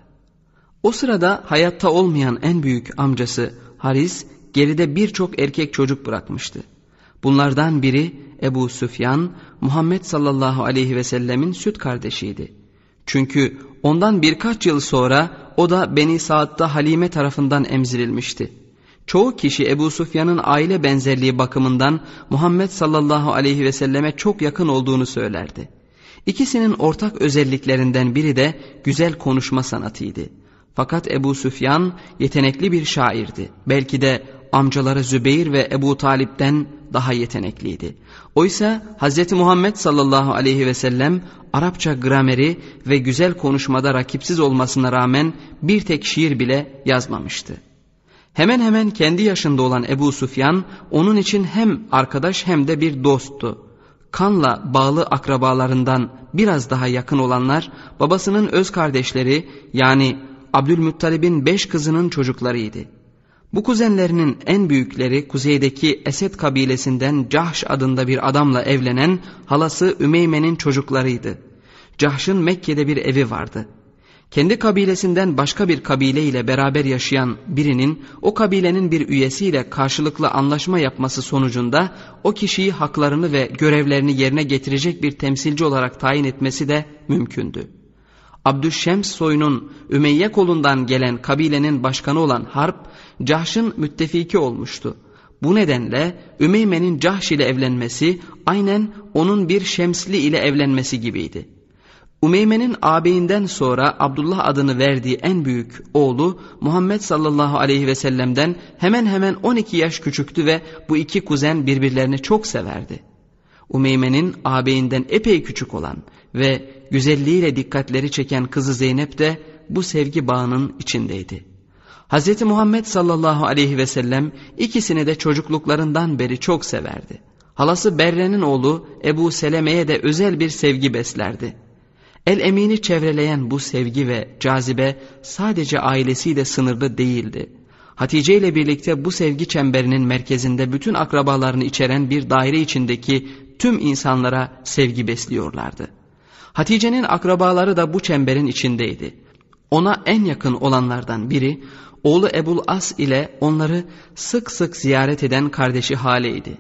O sırada hayatta olmayan en büyük amcası Haris geride birçok erkek çocuk bırakmıştı. Bunlardan biri Ebu Süfyan, Muhammed sallallahu aleyhi ve sellemin süt kardeşiydi. Çünkü ondan birkaç yıl sonra o da Beni Saad'da Halime tarafından emzirilmişti. Çoğu kişi Ebu Süfyan'ın aile benzerliği bakımından Muhammed sallallahu aleyhi ve selleme çok yakın olduğunu söylerdi. İkisinin ortak özelliklerinden biri de güzel konuşma sanatıydı. Fakat Ebu Süfyan yetenekli bir şairdi. Belki de amcaları Zübeyir ve Ebu Talip'ten daha yetenekliydi. Oysa Hz. Muhammed sallallahu aleyhi ve sellem Arapça grameri ve güzel konuşmada rakipsiz olmasına rağmen bir tek şiir bile yazmamıştı. Hemen hemen kendi yaşında olan Ebu Süfyan onun için hem arkadaş hem de bir dosttu. Kanla bağlı akrabalarından biraz daha yakın olanlar babasının öz kardeşleri, yani Abdülmuttalib'in beş kızının çocuklarıydı. Bu kuzenlerinin en büyükleri kuzeydeki Esed kabilesinden Cahş adında bir adamla evlenen halası Ümeyme'nin çocuklarıydı. Cahş'ın Mekke'de bir evi vardı. Kendi kabilesinden başka bir kabileyle beraber yaşayan birinin o kabilenin bir üyesiyle karşılıklı anlaşma yapması sonucunda o kişiyi haklarını ve görevlerini yerine getirecek bir temsilci olarak tayin etmesi de mümkündü. Abdüşşems soyunun Ümeyye kolundan gelen kabilenin başkanı olan Harp, Cahş'ın müttefiki olmuştu. Bu nedenle Ümeyme'nin Cahş ile evlenmesi aynen onun bir Şemsli ile evlenmesi gibiydi. Ümeyme'nin ağabeyinden sonra Abdullah adını verdiği en büyük oğlu Muhammed sallallahu aleyhi ve sellem'den hemen hemen on iki yaş küçüktü ve bu iki kuzen birbirlerini çok severdi. Ümeyme'nin ağabeyinden epey küçük olan ve güzelliğiyle dikkatleri çeken kızı Zeynep de bu sevgi bağının içindeydi. Hz. Muhammed sallallahu aleyhi ve sellem ikisini de çocukluklarından beri çok severdi. Halası Berre'nin oğlu Ebu Seleme'ye de özel bir sevgi beslerdi. El-Emin'i çevreleyen bu sevgi ve cazibe sadece ailesiyle sınırlı değildi. Hatice ile birlikte bu sevgi çemberinin merkezinde bütün akrabalarını içeren bir daire içindeki tüm insanlara sevgi besliyorlardı. Hatice'nin akrabaları da bu çemberin içindeydi. Ona en yakın olanlardan biri oğlu Ebul As ile onları sık sık ziyaret eden kardeşi Hale'ydi.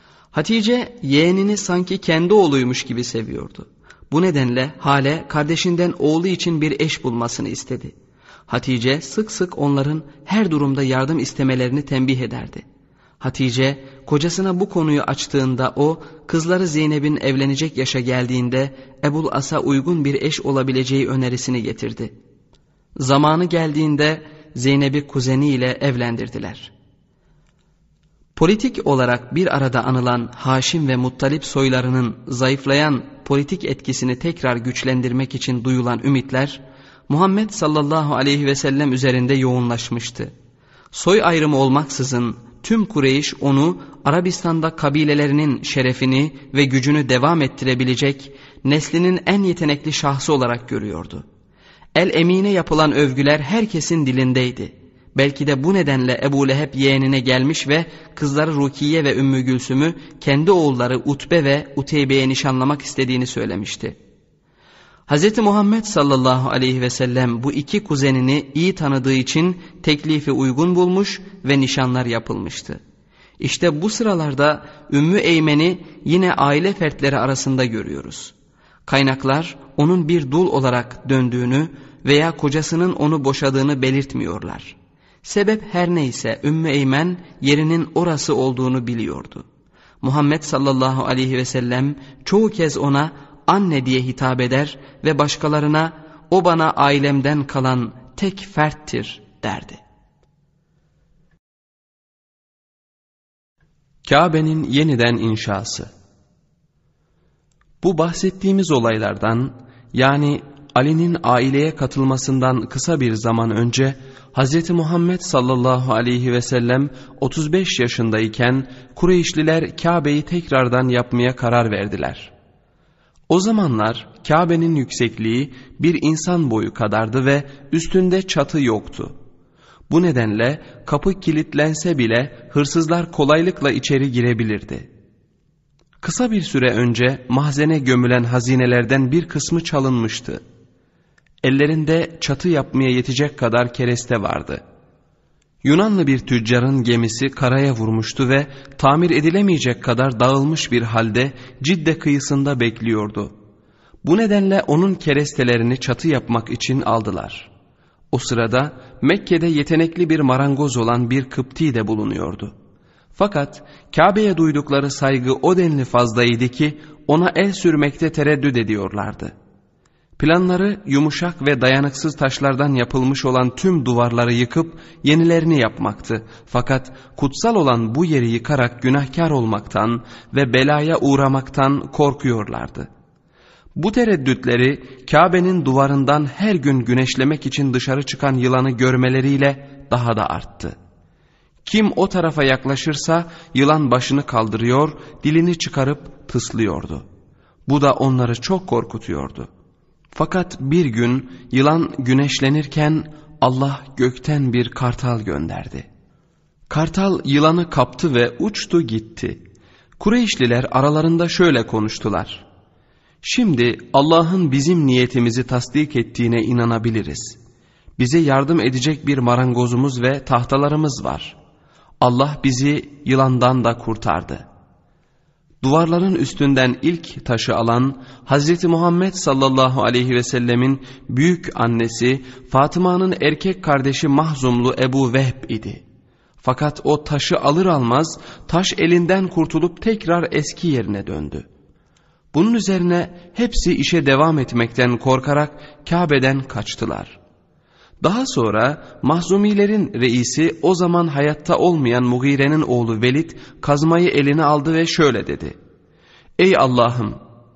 Hatice yeğenini sanki kendi oğluymuş gibi seviyordu. Bu nedenle Hale kardeşinden oğlu için bir eş bulmasını istedi. Hatice sık sık onların her durumda yardım istemelerini tembih ederdi. Hatice kocasına bu konuyu açtığında o, kızları Zeynep'in evlenecek yaşa geldiğinde Ebul As'a uygun bir eş olabileceği önerisini getirdi. Zamanı geldiğinde Zeynep'i kuzeniyle evlendirdiler. Politik olarak bir arada anılan Haşim ve Muttalip soylarının zayıflayan politik etkisini tekrar güçlendirmek için duyulan ümitler Muhammed sallallahu aleyhi ve sellem üzerinde yoğunlaşmıştı. Soy ayrımı olmaksızın tüm Kureyş onu Arabistan'da kabilelerinin şerefini ve gücünü devam ettirebilecek neslinin en yetenekli şahsı olarak görüyordu. El Emine yapılan övgüler herkesin dilindeydi. Belki de bu nedenle Ebu Leheb yeğenine gelmiş ve kızları Rukiye ve Ümmü Gülsüm'ü kendi oğulları Utbe ve Uteybe'ye nişanlamak istediğini söylemişti. Hz. Muhammed sallallahu aleyhi ve sellem bu iki kuzenini iyi tanıdığı için teklifi uygun bulmuş ve nişanlar yapılmıştı. İşte bu sıralarda Ümmü Eymen'i yine aile fertleri arasında görüyoruz. Kaynaklar onun bir dul olarak döndüğünü veya kocasının onu boşadığını belirtmiyorlar. Sebep her neyse Ümmü Eymen yerinin orası olduğunu biliyordu. Muhammed sallallahu aleyhi ve sellem çoğu kez ona anne diye hitap eder ve başkalarına o bana ailemden kalan tek ferttir derdi. Kabe'nin yeniden inşası. Bu bahsettiğimiz olaylardan, yani Ali'nin aileye katılmasından kısa bir zaman önce Hz. Muhammed sallallahu aleyhi ve sellem otuz beş yaşındayken Kureyşliler Kabe'yi tekrardan yapmaya karar verdiler. O zamanlar Kabe'nin yüksekliği bir insan boyu kadardı ve üstünde çatı yoktu. Bu nedenle kapı kilitlense bile hırsızlar kolaylıkla içeri girebilirdi. Kısa bir süre önce mahzene gömülen hazinelerden bir kısmı çalınmıştı. Ellerinde çatı yapmaya yetecek kadar kereste vardı. Yunanlı bir tüccarın gemisi karaya vurmuştu ve tamir edilemeyecek kadar dağılmış bir halde Cidde kıyısında bekliyordu. Bu nedenle onun kerestelerini çatı yapmak için aldılar. O sırada Mekke'de yetenekli bir marangoz olan bir Kıpti de bulunuyordu. Fakat Kabe'ye duydukları saygı o denli fazlaydı ki ona el sürmekte tereddüt ediyorlardı. Planları yumuşak ve dayanıksız taşlardan yapılmış olan tüm duvarları yıkıp yenilerini yapmaktı. Fakat kutsal olan bu yeri yıkarak günahkar olmaktan ve belaya uğramaktan korkuyorlardı. Bu tereddütleri Kabe'nin duvarından her gün güneşlemek için dışarı çıkan yılanı görmeleriyle daha da arttı. Kim o tarafa yaklaşırsa yılan başını kaldırıyor, dilini çıkarıp tıslıyordu. Bu da onları çok korkutuyordu. Fakat bir gün yılan güneşlenirken Allah gökten bir kartal gönderdi. Kartal yılanı kaptı ve uçtu gitti. Kureyşliler aralarında şöyle konuştular: "Şimdi Allah'ın bizim niyetimizi tasdik ettiğine inanabiliriz. Bize yardım edecek bir marangozumuz ve tahtalarımız var. Allah bizi yılandan da kurtardı." Duvarların üstünden ilk taşı alan Hazreti Muhammed sallallahu aleyhi ve sellemin büyük annesi Fatıma'nın erkek kardeşi Mahzumlu Ebu Vehb idi. Fakat o taşı alır almaz taş elinden kurtulup tekrar eski yerine döndü. Bunun üzerine hepsi işe devam etmekten korkarak Kabe'den kaçtılar. Daha sonra Mahzumilerin reisi o zaman hayatta olmayan Mugire'nin oğlu Velid kazmayı eline aldı ve şöyle dedi: "Ey Allah'ım,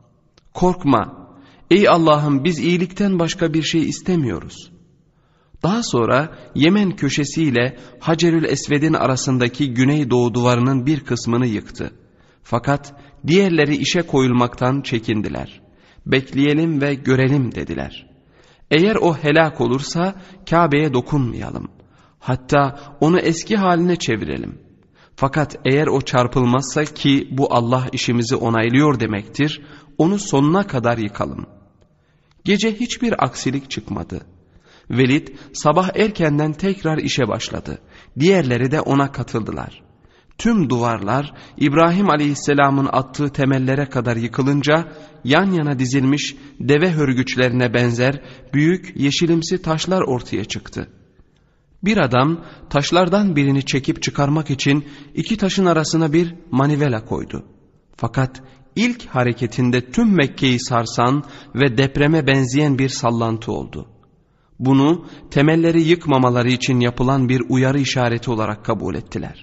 korkma. Ey Allah'ım, biz iyilikten başka bir şey istemiyoruz." Daha sonra Yemen köşesiyle Hacerül Esved'in arasındaki güneydoğu duvarının bir kısmını yıktı. Fakat diğerleri işe koyulmaktan çekindiler. "Bekleyelim ve görelim" dediler. Eğer o helak olursa Kabe'ye dokunmayalım. Hatta onu eski haline çevirelim. Fakat eğer o çarpılmazsa, ki bu Allah işimizi onaylıyor demektir, onu sonuna kadar yıkalım. Gece hiçbir aksilik çıkmadı. Velid sabah erkenden tekrar işe başladı. Diğerleri de ona katıldılar. Tüm duvarlar İbrahim Aleyhisselam'ın attığı temellere kadar yıkılınca yan yana dizilmiş deve hörgüçlerine benzer büyük yeşilimsi taşlar ortaya çıktı. Bir adam taşlardan birini çekip çıkarmak için iki taşın arasına bir manivela koydu. Fakat ilk hareketinde tüm Mekke'yi sarsan ve depreme benzeyen bir sallantı oldu. Bunu temelleri yıkmamaları için yapılan bir uyarı işareti olarak kabul ettiler.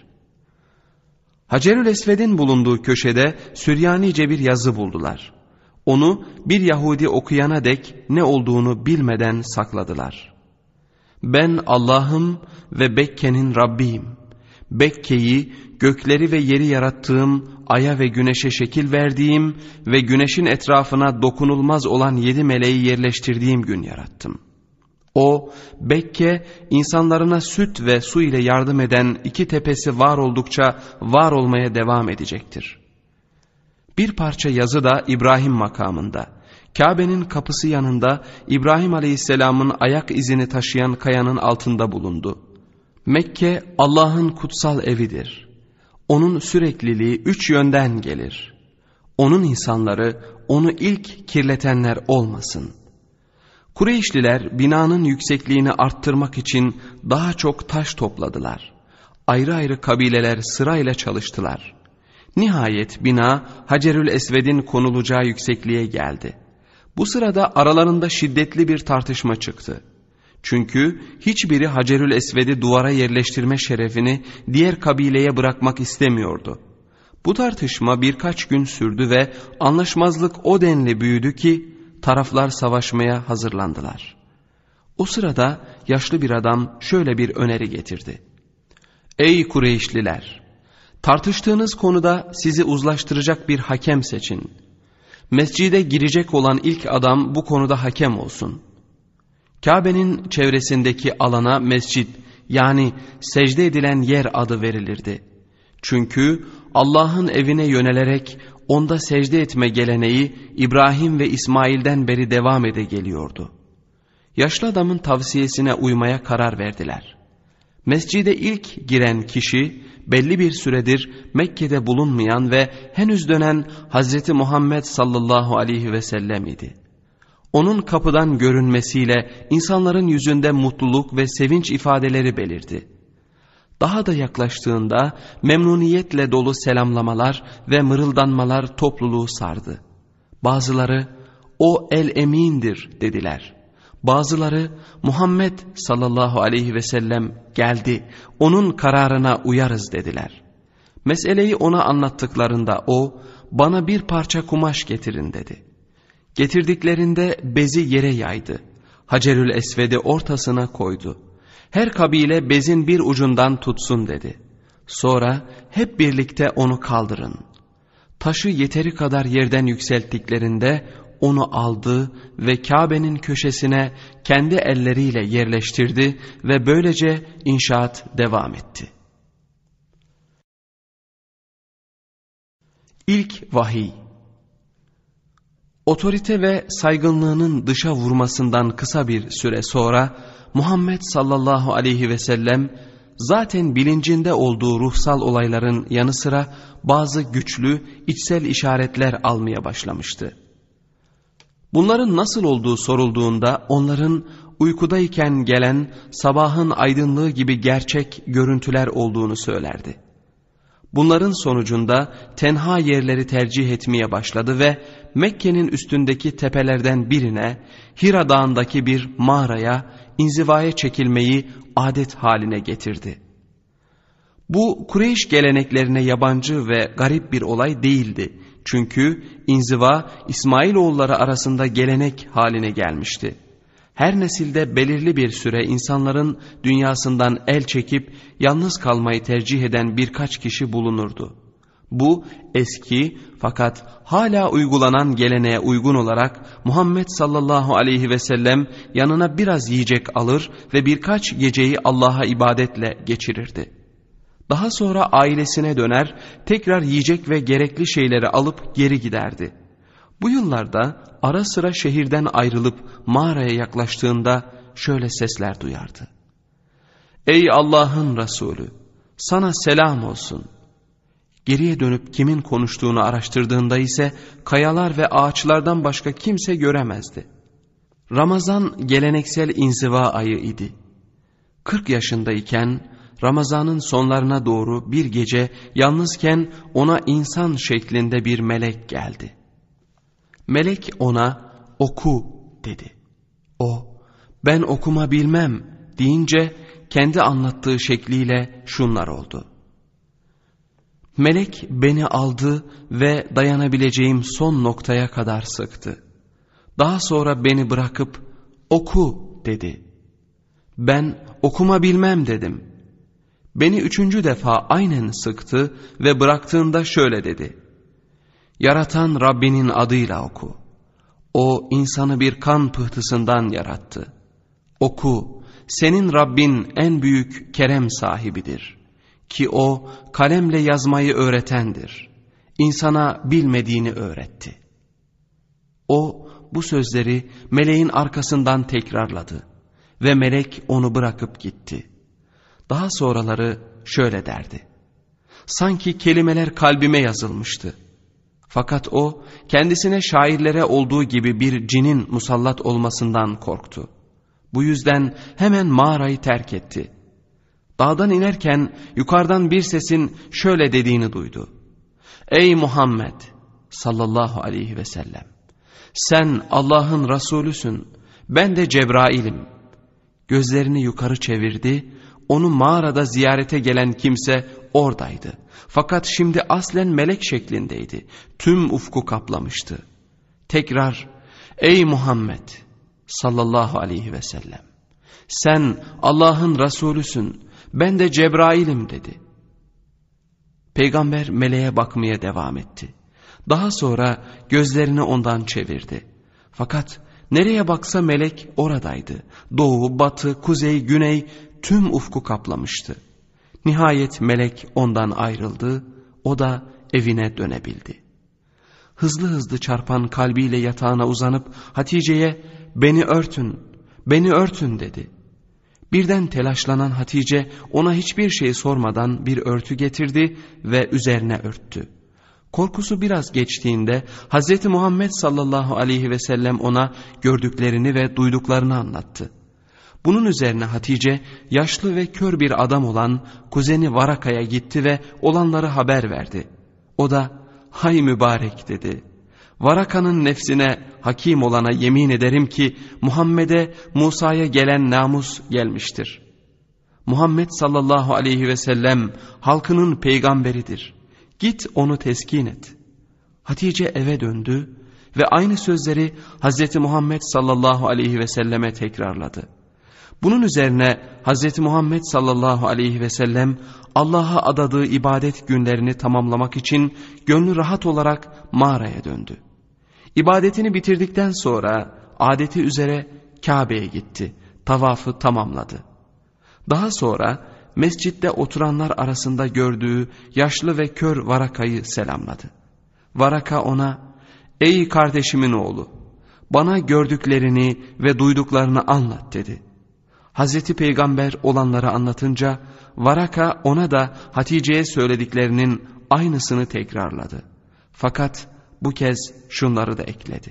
Hacerül Esved'in bulunduğu köşede Süryanice bir yazı buldular. Onu bir Yahudi okuyana dek ne olduğunu bilmeden sakladılar. Ben Allah'ım ve Bekke'nin Rabbiyim. Bekke'yi, gökleri ve yeri yarattığım, aya ve güneşe şekil verdiğim ve güneşin etrafına dokunulmaz olan yedi meleği yerleştirdiğim gün yarattım. O, Bekke, insanlarına süt ve su ile yardım eden iki tepesi var oldukça var olmaya devam edecektir. Bir parça yazı da İbrahim makamında, Kabe'nin kapısı yanında İbrahim Aleyhisselam'ın ayak izini taşıyan kayanın altında bulundu. Mekke Allah'ın kutsal evidir. Onun sürekliliği üç yönden gelir. Onun insanları onu ilk kirletenler olmasın. Kureyşliler binanın yüksekliğini arttırmak için daha çok taş topladılar. Ayrı ayrı kabileler sırayla çalıştılar. Nihayet bina Hacerül Esved'in konulacağı yüksekliğe geldi. Bu sırada aralarında şiddetli bir tartışma çıktı. Çünkü hiçbiri Hacerül Esved'i duvara yerleştirme şerefini diğer kabileye bırakmak istemiyordu. Bu tartışma birkaç gün sürdü ve anlaşmazlık o denli büyüdü ki taraflar savaşmaya hazırlandılar. O sırada yaşlı bir adam şöyle bir öneri getirdi. Ey Kureyşliler! Tartıştığınız konuda sizi uzlaştıracak bir hakem seçin. Mescide girecek olan ilk adam bu konuda hakem olsun. Kabe'nin çevresindeki alana mescid, yani secde edilen yer adı verilirdi. Çünkü Allah'ın evine yönelerek onda secde etme geleneği İbrahim ve İsmail'den beri devam ede geliyordu. Yaşlı adamın tavsiyesine uymaya karar verdiler. Mescide ilk giren kişi belli bir süredir Mekke'de bulunmayan ve henüz dönen Hazreti Muhammed sallallahu aleyhi ve sellem idi. Onun kapıdan görünmesiyle insanların yüzünde mutluluk ve sevinç ifadeleri belirdi. Daha da yaklaştığında memnuniyetle dolu selamlamalar ve mırıldanmalar topluluğu sardı. Bazıları o el-emindir dediler. Bazıları Muhammed sallallahu aleyhi ve sellem geldi, onun kararına uyarız dediler. Meseleyi ona anlattıklarında o, bana bir parça kumaş getirin dedi. Getirdiklerinde bezi yere yaydı. Hacerül Esved'i ortasına koydu. Her kabile bezin bir ucundan tutsun dedi. Sonra hep birlikte onu kaldırın. Taşı yeteri kadar yerden yükselttiklerinde onu aldı ve Kabe'nin köşesine kendi elleriyle yerleştirdi ve böylece inşaat devam etti. İlk vahiy. Otorite ve saygınlığının dışa vurmasından kısa bir süre sonra Muhammed sallallahu aleyhi ve sellem zaten bilincinde olduğu ruhsal olayların yanı sıra bazı güçlü içsel işaretler almaya başlamıştı. Bunların nasıl olduğu sorulduğunda onların uykudayken gelen sabahın aydınlığı gibi gerçek görüntüler olduğunu söylerdi. Bunların sonucunda tenha yerleri tercih etmeye başladı ve Mekke'nin üstündeki tepelerden birine, Hira Dağı'ndaki bir mağaraya, inzivaya çekilmeyi adet haline getirdi. Bu Kureyş geleneklerine yabancı ve garip bir olay değildi. Çünkü inziva İsmailoğulları arasında gelenek haline gelmişti. Her nesilde belirli bir süre insanların dünyasından el çekip yalnız kalmayı tercih eden birkaç kişi bulunurdu. Bu eski fakat hala uygulanan geleneğe uygun olarak Muhammed sallallahu aleyhi ve sellem yanına biraz yiyecek alır ve birkaç geceyi Allah'a ibadetle geçirirdi. Daha sonra ailesine döner, tekrar yiyecek ve gerekli şeyleri alıp geri giderdi. Bu yıllarda ara sıra şehirden ayrılıp mağaraya yaklaştığında şöyle sesler duyardı. Ey Allah'ın Resulü, sana selam olsun. Geriye dönüp kimin konuştuğunu araştırdığında ise kayalar ve ağaçlardan başka kimse göremezdi. Ramazan geleneksel inziva ayı idi. kırk yaşındayken Ramazan'ın sonlarına doğru bir gece yalnızken ona insan şeklinde bir melek geldi. Melek ona oku dedi. O ben okuma bilmem deyince kendi anlattığı şekliyle şunlar oldu. Melek beni aldı ve dayanabileceğim son noktaya kadar sıktı. Daha sonra beni bırakıp oku dedi. Ben okuma bilmem dedim. Beni üçüncü defa aynen sıktı ve bıraktığında şöyle dedi. Yaratan Rabbinin adıyla oku. O insanı bir kan pıhtısından yarattı. Oku, senin Rabbin en büyük kerem sahibidir. Ki o kalemle yazmayı öğretendir. İnsana bilmediğini öğretti. O bu sözleri meleğin arkasından tekrarladı ve melek onu bırakıp gitti. Daha sonraları şöyle derdi. Sanki kelimeler kalbime yazılmıştı. Fakat o kendisine şairlere olduğu gibi bir cinin musallat olmasından korktu. Bu yüzden hemen mağarayı terk etti. Dağdan inerken yukarıdan bir sesin şöyle dediğini duydu. Ey Muhammed sallallahu aleyhi ve sellem, sen Allah'ın Resulüsün, ben de Cebrail'im. Gözlerini yukarı çevirdi, onu mağarada ziyarete gelen kimse oradaydı. Fakat şimdi aslen melek şeklindeydi, tüm ufku kaplamıştı. Tekrar, ey Muhammed sallallahu aleyhi ve sellem, sen Allah'ın Resulüsün, ben de Cebrail'im dedi. Peygamber meleğe bakmaya devam etti. Daha sonra gözlerini ondan çevirdi. Fakat nereye baksa melek oradaydı. Doğu, batı, kuzey, güney tüm ufku kaplamıştı. Nihayet melek ondan ayrıldı. O da evine dönebildi. Hızlı hızlı çarpan kalbiyle yatağına uzanıp Hatice'ye beni örtün, beni örtün dedi. Birden telaşlanan Hatice ona hiçbir şey sormadan bir örtü getirdi ve üzerine örttü. Korkusu biraz geçtiğinde Hazreti Muhammed sallallahu aleyhi ve sellem ona gördüklerini ve duyduklarını anlattı. Bunun üzerine Hatice yaşlı ve kör bir adam olan kuzeni Varaka'ya gitti ve olanları haber verdi. O da hay mübarek dedi. Varaka'nın nefsine hakim olana yemin ederim ki Muhammed'e Musa'ya gelen namus gelmiştir. Muhammed sallallahu aleyhi ve sellem halkının peygamberidir. Git onu teskin et. Hatice eve döndü ve aynı sözleri Hazreti Muhammed sallallahu aleyhi ve selleme tekrarladı. Bunun üzerine Hazreti Muhammed sallallahu aleyhi ve sellem Allah'a adadığı ibadet günlerini tamamlamak için gönlü rahat olarak mağaraya döndü. İbadetini bitirdikten sonra adeti üzere Kabe'ye gitti, tavafı tamamladı. Daha sonra mescitte oturanlar arasında gördüğü yaşlı ve kör Varaka'yı selamladı. Varaka ona, ey kardeşimin oğlu, bana gördüklerini ve duyduklarını anlat dedi. Hazreti Peygamber olanları anlatınca Varaka ona da Hatice'ye söylediklerinin aynısını tekrarladı. Fakat bu kez şunları da ekledi.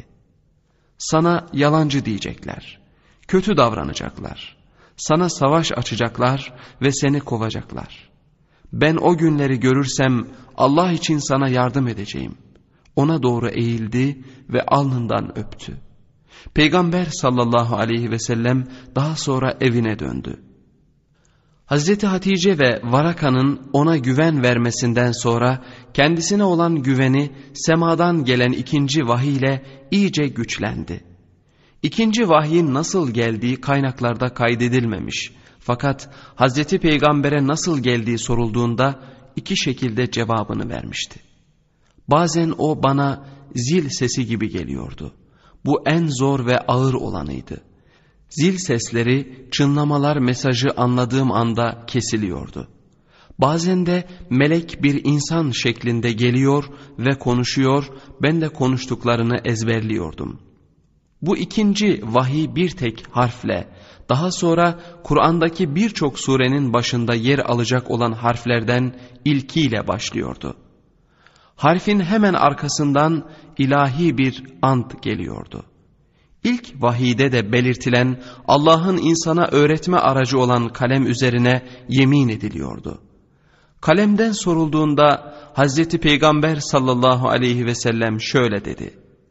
Sana yalancı diyecekler, kötü davranacaklar, sana savaş açacaklar ve seni kovacaklar. Ben o günleri görürsem Allah için sana yardım edeceğim. Ona doğru eğildi ve alnından öptü. Peygamber sallallahu aleyhi ve sellem daha sonra evine döndü. Hazreti Hatice ve Varaka'nın ona güven vermesinden sonra kendisine olan güveni semadan gelen ikinci vahiy ile iyice güçlendi. İkinci vahyin nasıl geldiği kaynaklarda kaydedilmemiş. Fakat Hazreti Peygamber'e nasıl geldiği sorulduğunda iki şekilde cevabını vermişti. Bazen o bana zil sesi gibi geliyordu. Bu en zor ve ağır olanıydı. Zil sesleri, çınlamalar mesajı anladığım anda kesiliyordu. Bazen de melek bir insan şeklinde geliyor ve konuşuyor, ben de konuştuklarını ezberliyordum. Bu ikinci vahiy bir tek harfle, daha sonra Kur'an'daki birçok surenin başında yer alacak olan harflerden ilkiyle başlıyordu. Harfin hemen arkasından ilahi bir ant geliyordu. İlk vahide de belirtilen Allah'ın insana öğretme aracı olan kalem üzerine yemin ediliyordu. Kalemden sorulduğunda Hazreti Peygamber sallallahu aleyhi ve sellem şöyle dedi: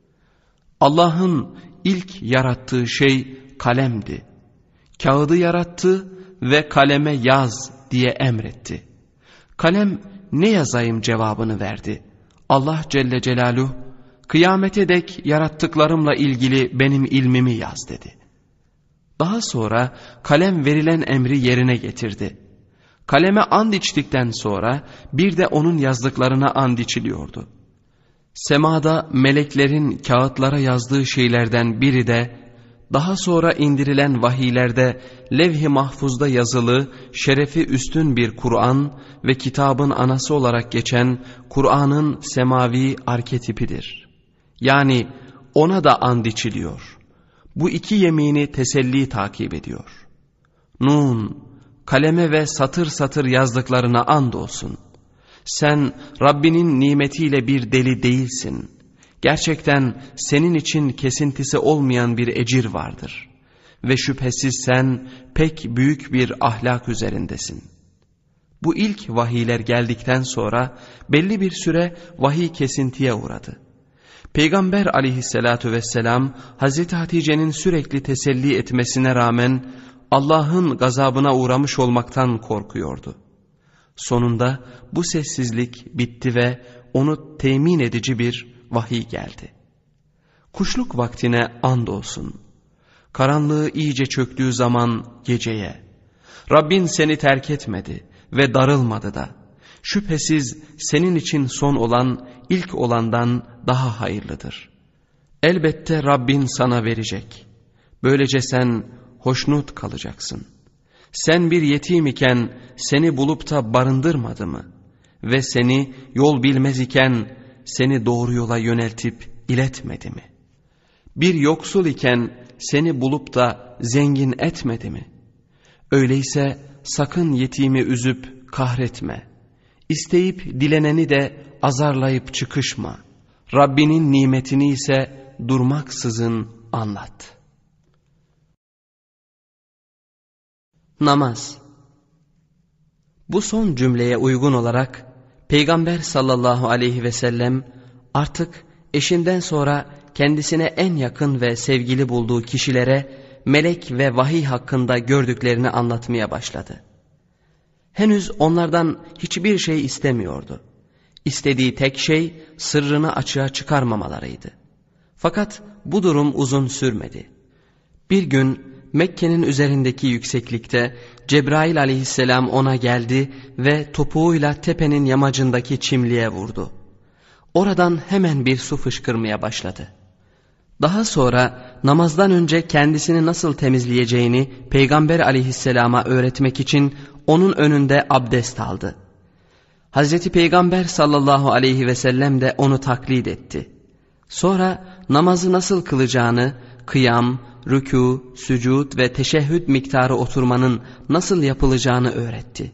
Allah'ın ilk yarattığı şey kalemdi. Kağıdı yarattı ve kaleme yaz diye emretti. Kalem ne yazayım cevabını verdi. Allah Celle Celaluhu, kıyamete dek yarattıklarımla ilgili benim ilmimi yaz dedi. Daha sonra kalem verilen emri yerine getirdi. Kaleme and içtikten sonra bir de onun yazdıklarına and içiliyordu. Semada meleklerin kağıtlara yazdığı şeylerden biri de daha sonra indirilen vahiylerde levh-i mahfuzda yazılı şerefi üstün bir Kur'an ve kitabın anası olarak geçen Kur'an'ın semavi arketipidir. Yani ona da and içiliyor. Bu iki yemini teselli takip ediyor. Nun, kaleme ve satır satır yazdıklarına andolsun. Sen Rabbinin nimetiyle bir deli değilsin. Gerçekten senin için kesintisi olmayan bir ecir vardır. Ve şüphesiz sen pek büyük bir ahlak üzerindesin. Bu ilk vahiyler geldikten sonra belli bir süre vahiy kesintiye uğradı. Peygamber aleyhissalatu vesselam Hazreti Hatice'nin sürekli teselli etmesine rağmen Allah'ın gazabına uğramış olmaktan korkuyordu. Sonunda bu sessizlik bitti ve onu temin edici bir vahiy geldi. Kuşluk vaktine andolsun. Karanlığı iyice çöktüğü zaman geceye. Rabbin seni terk etmedi ve darılmadı da. Şüphesiz senin için son olan ilk olandan daha hayırlıdır. Elbette Rabbin sana verecek. Böylece sen hoşnut kalacaksın. Sen bir yetim iken seni bulup da barındırmadı mı? Ve seni yol bilmez iken seni doğru yola yöneltip iletmedi mi? Bir yoksul iken seni bulup da zengin etmedi mi? Öyleyse sakın yetimi üzüp kahretme. İsteyip dileneni de azarlayıp çıkışma. Rabbinin nimetini ise durmaksızın anlat. Namaz. Bu son cümleye uygun olarak Peygamber sallallahu aleyhi ve sellem artık eşinden sonra kendisine en yakın ve sevgili bulduğu kişilere melek ve vahiy hakkında gördüklerini anlatmaya başladı. Henüz onlardan hiçbir şey istemiyordu. İstediği tek şey sırrını açığa çıkarmamalarıydı. Fakat bu durum uzun sürmedi. Bir gün Mekke'nin üzerindeki yükseklikte Cebrail aleyhisselam ona geldi ve topuğuyla tepenin yamacındaki çimliğe vurdu. Oradan hemen bir su fışkırmaya başladı. Daha sonra namazdan önce kendisini nasıl temizleyeceğini Peygamber aleyhisselama öğretmek için onun önünde abdest aldı. Hazreti Peygamber sallallahu aleyhi ve sellem de onu taklit etti. Sonra namazı nasıl kılacağını, kıyam, rükû, sücud ve teşehhüd miktarı oturmanın nasıl yapılacağını öğretti.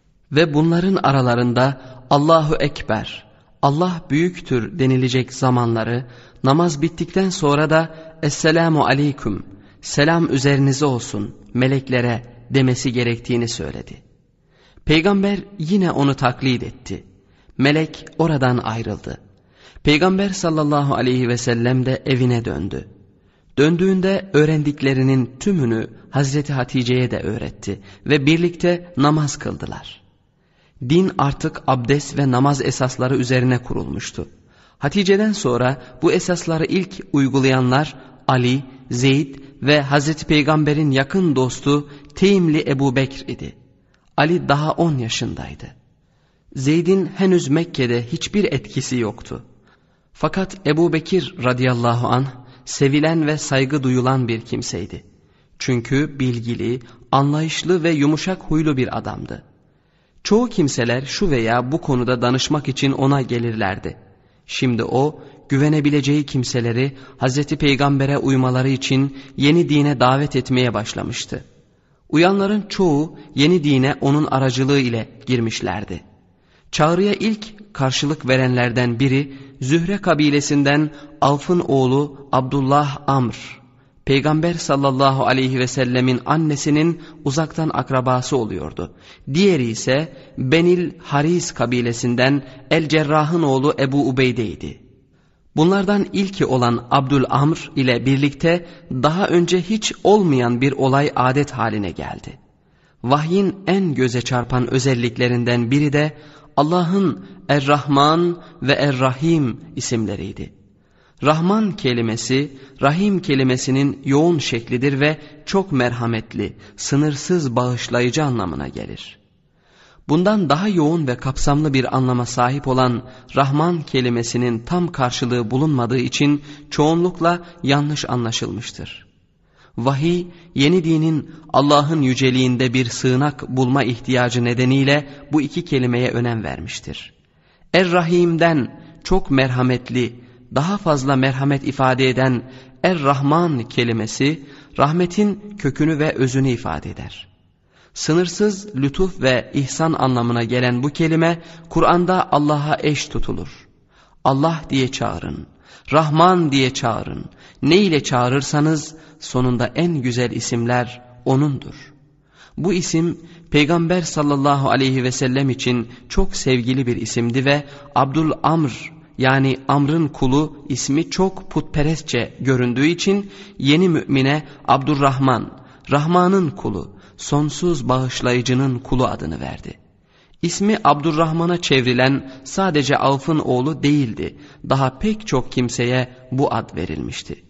Ve bunların aralarında Allahu Ekber, Allah büyüktür denilecek zamanları, namaz bittikten sonra da Esselamu Aleyküm, selam üzerinize olsun meleklere demesi gerektiğini söyledi. Peygamber yine onu taklit etti. Melek oradan ayrıldı. Peygamber sallallahu aleyhi ve sellem de evine döndü. Döndüğünde öğrendiklerinin tümünü Hazreti Hatice'ye de öğretti ve birlikte namaz kıldılar. Din artık abdest ve namaz esasları üzerine kurulmuştu. Hatice'den sonra bu esasları ilk uygulayanlar Ali, Zeyd ve Hazreti Peygamber'in yakın dostu Teymli Ebu Bekr idi. Ali daha on yaşındaydı. Zeyd'in henüz Mekke'de hiçbir etkisi yoktu. Fakat Ebu Bekir radıyallahu anh sevilen ve saygı duyulan bir kimseydi. Çünkü bilgili, anlayışlı ve yumuşak huylu bir adamdı. Çoğu kimseler şu veya bu konuda danışmak için ona gelirlerdi. Şimdi o, güvenebileceği kimseleri Hazreti Peygamber'e uymaları için yeni dine davet etmeye başlamıştı. Uyanların çoğu yeni dine onun aracılığı ile girmişlerdi. Çağrıya ilk karşılık verenlerden biri Zühre kabilesinden Avf'ın oğlu Abdullah Amr. Peygamber sallallahu aleyhi ve sellemin annesinin uzaktan akrabası oluyordu. Diğeri ise Benil Haris kabilesinden El Cerrah'ın oğlu Ebu Ubeyde'ydi. Bunlardan ilki olan Abdülamr ile birlikte daha önce hiç olmayan bir olay adet haline geldi. Vahyin en göze çarpan özelliklerinden biri de Allah'ın Er-Rahman ve Er-Rahim isimleriydi. Rahman kelimesi, Rahim kelimesinin yoğun şeklidir ve çok merhametli, sınırsız bağışlayıcı anlamına gelir. Bundan daha yoğun ve kapsamlı bir anlama sahip olan Rahman kelimesinin tam karşılığı bulunmadığı için çoğunlukla yanlış anlaşılmıştır. Vahiy, yeni dinin Allah'ın yüceliğinde bir sığınak bulma ihtiyacı nedeniyle bu iki kelimeye önem vermiştir. Er-Rahim'den çok merhametli, daha fazla merhamet ifade eden Er-Rahman kelimesi, rahmetin kökünü ve özünü ifade eder. Sınırsız lütuf ve ihsan anlamına gelen bu kelime, Kur'an'da Allah'a eş tutulur. Allah diye çağırın, Rahman diye çağırın, ne ile çağırırsanız sonunda en güzel isimler O'nundur. Bu isim Peygamber sallallahu aleyhi ve sellem için çok sevgili bir isimdi ve Abdülamr yani Amr'ın kulu ismi çok putperestçe göründüğü için yeni mümine Abdurrahman, Rahman'ın kulu, sonsuz bağışlayıcının kulu adını verdi. İsmi Abdurrahman'a çevrilen sadece Avf'ın oğlu değildi. Daha pek çok kimseye bu ad verilmişti.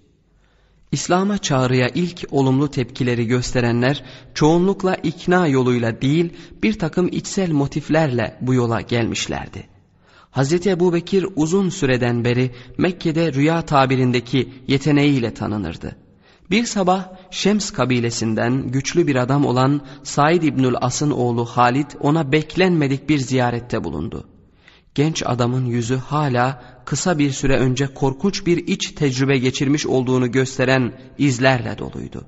İslam'a çağrıya ilk olumlu tepkileri gösterenler çoğunlukla ikna yoluyla değil bir takım içsel motiflerle bu yola gelmişlerdi. Hazreti Ebubekir uzun süreden beri Mekke'de rüya tabirindeki yeteneğiyle tanınırdı. Bir sabah Şems kabilesinden güçlü bir adam olan Said İbnül As'ın oğlu Halid ona beklenmedik bir ziyarette bulundu. Genç adamın yüzü hala kısa bir süre önce korkunç bir iç tecrübe geçirmiş olduğunu gösteren izlerle doluydu.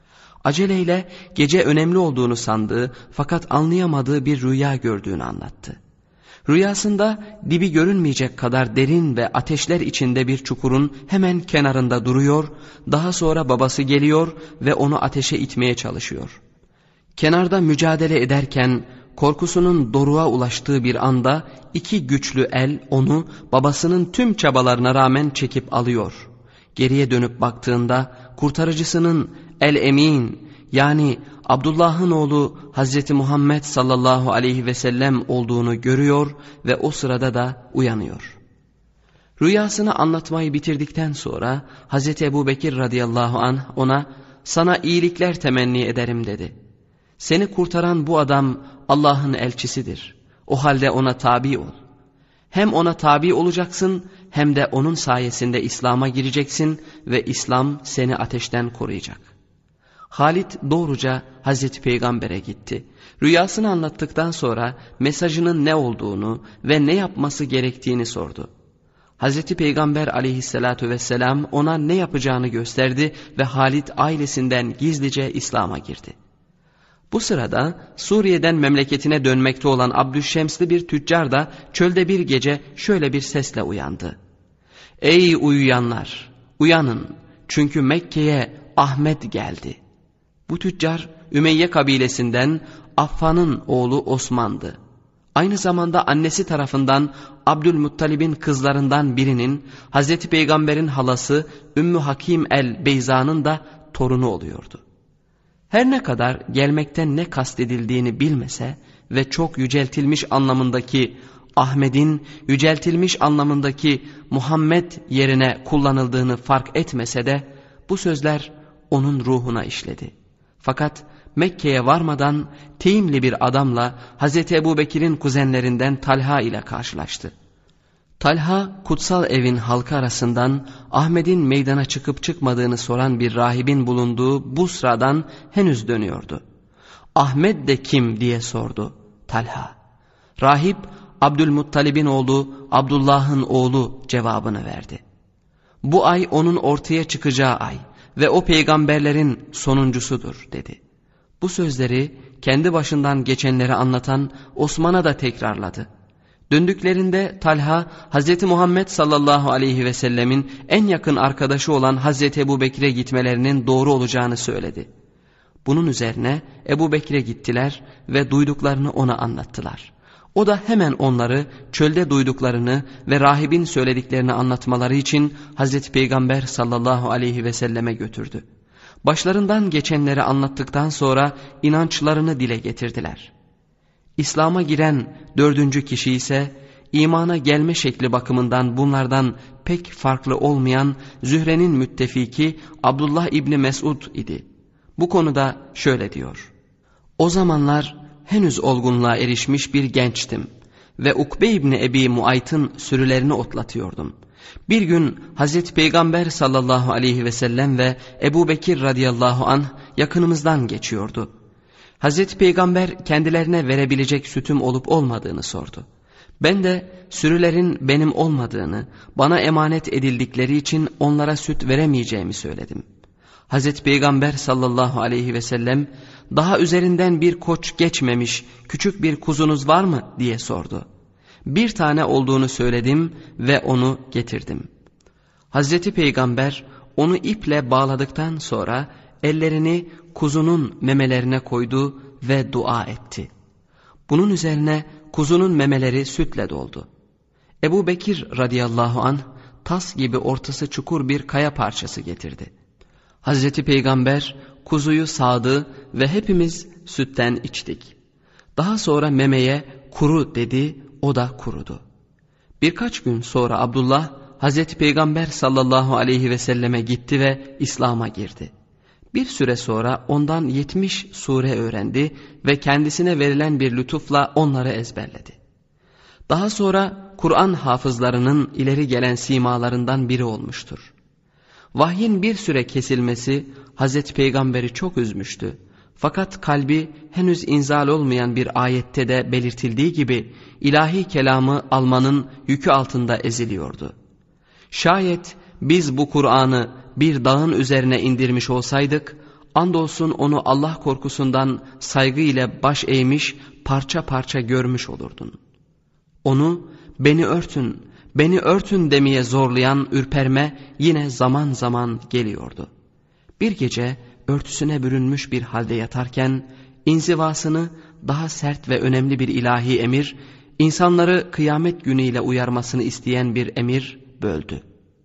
Aceleyle gece önemli olduğunu sandığı fakat anlayamadığı bir rüya gördüğünü anlattı. Rüyasında dibi görünmeyecek kadar derin ve ateşler içinde bir çukurun hemen kenarında duruyor, daha sonra babası geliyor ve onu ateşe itmeye çalışıyor. Kenarda mücadele ederken korkusunun doruğa ulaştığı bir anda iki güçlü el onu babasının tüm çabalarına rağmen çekip alıyor. Geriye dönüp baktığında kurtarıcısının El-Emin yani Abdullah'ın oğlu Hazreti Muhammed sallallahu aleyhi ve sellem olduğunu görüyor ve o sırada da uyanıyor. Rüyasını anlatmayı bitirdikten sonra Hazreti Ebubekir radıyallahu anh ona sana iyilikler temenni ederim dedi. Seni kurtaran bu adam Allah'ın elçisidir. O halde ona tabi ol. Hem ona tabi olacaksın hem de onun sayesinde İslam'a gireceksin ve İslam seni ateşten koruyacak. Halid doğruca Hazreti Peygamber'e gitti. Rüyasını anlattıktan sonra mesajının ne olduğunu ve ne yapması gerektiğini sordu. Hazreti Peygamber aleyhissalatu vesselam ona ne yapacağını gösterdi ve Halid ailesinden gizlice İslam'a girdi. Bu sırada Suriye'den memleketine dönmekte olan Abdüşşemsli bir tüccar da çölde bir gece şöyle bir sesle uyandı. Ey uyuyanlar! Uyanın! Çünkü Mekke'ye Ahmet geldi. Bu tüccar Ümeyye kabilesinden Affan'ın oğlu Osman'dı. Aynı zamanda annesi tarafından Abdülmuttalib'in kızlarından birinin Hazreti Peygamber'in halası Ümmü Hakim el-Beyza'nın da torunu oluyordu. Her ne kadar gelmekten ne kastedildiğini bilmese ve çok yüceltilmiş anlamındaki Ahmet'in yüceltilmiş anlamındaki Muhammed yerine kullanıldığını fark etmese de bu sözler onun ruhuna işledi. Fakat Mekke'ye varmadan Teyimli bir adamla Hazreti Ebubekir'in kuzenlerinden Talha ile karşılaştı. Talha kutsal evin halkı arasından Ahmet'in meydana çıkıp çıkmadığını soran bir rahibin bulunduğu Busra'dan henüz dönüyordu. Ahmet de kim diye sordu Talha. Rahip Abdülmuttalib'in oğlu Abdullah'ın oğlu cevabını verdi. Bu ay onun ortaya çıkacağı ay ve o peygamberlerin sonuncusudur dedi. Bu sözleri kendi başından geçenleri anlatan Osman'a da tekrarladı. Döndüklerinde Talha, Hazreti Muhammed sallallahu aleyhi ve sellemin en yakın arkadaşı olan Hazreti Ebubekir'e gitmelerinin doğru olacağını söyledi. Bunun üzerine Ebubekir'e gittiler ve duyduklarını ona anlattılar. O da hemen onları çölde duyduklarını ve rahibin söylediklerini anlatmaları için Hazreti Peygamber sallallahu aleyhi ve selleme götürdü. Başlarından geçenleri anlattıktan sonra inançlarını dile getirdiler. İslam'a giren dördüncü kişi ise imana gelme şekli bakımından bunlardan pek farklı olmayan Zühre'nin müttefiki Abdullah İbni Mesud idi. Bu konuda şöyle diyor: O zamanlar henüz olgunluğa erişmiş bir gençtim ve Ukbe İbni Ebi Muayt'ın sürülerini otlatıyordum. Bir gün Hazreti Peygamber sallallahu aleyhi ve sellem ve Ebubekir radıyallahu anh yakınımızdan geçiyordu. Hazreti Peygamber kendilerine verebilecek sütüm olup olmadığını sordu. Ben de sürülerin benim olmadığını, bana emanet edildikleri için onlara süt veremeyeceğimi söyledim. Hazreti Peygamber sallallahu aleyhi ve sellem daha üzerinden bir koç geçmemiş küçük bir kuzunuz var mı diye sordu. Bir tane olduğunu söyledim ve onu getirdim. Hazreti Peygamber onu iple bağladıktan sonra ellerini kuzunun memelerine koydu ve dua etti. Bunun üzerine kuzunun memeleri sütle doldu. Ebubekir radıyallahu anh tas gibi ortası çukur bir kaya parçası getirdi. Hazreti Peygamber kuzuyu sağdı ve hepimiz sütten içtik. Daha sonra memeye kuru dedi, o da kurudu. Birkaç gün sonra Abdullah Hazreti Peygamber sallallahu aleyhi ve selleme gitti ve İslam'a girdi. Bir süre sonra ondan yetmiş sure öğrendi ve kendisine verilen bir lütufla onları ezberledi. Daha sonra Kur'an hafızlarının ileri gelen simalarından biri olmuştur. Vahyin bir süre kesilmesi Hazreti Peygamber'i çok üzmüştü. Fakat kalbi henüz inzal olmayan bir ayette de belirtildiği gibi ilahi kelamı almanın yükü altında eziliyordu. Şayet biz bu Kur'an'ı bir dağın üzerine indirmiş olsaydık, andolsun onu Allah korkusundan saygı ile baş eğmiş parça parça görmüş olurdun. Onu beni örtün, beni örtün demeye zorlayan ürperme yine zaman zaman geliyordu. Bir gece örtüsüne bürünmüş bir halde yatarken inzivasını daha sert ve önemli bir ilahi emir, insanları kıyamet günüyle uyarmasını isteyen bir emir böldü.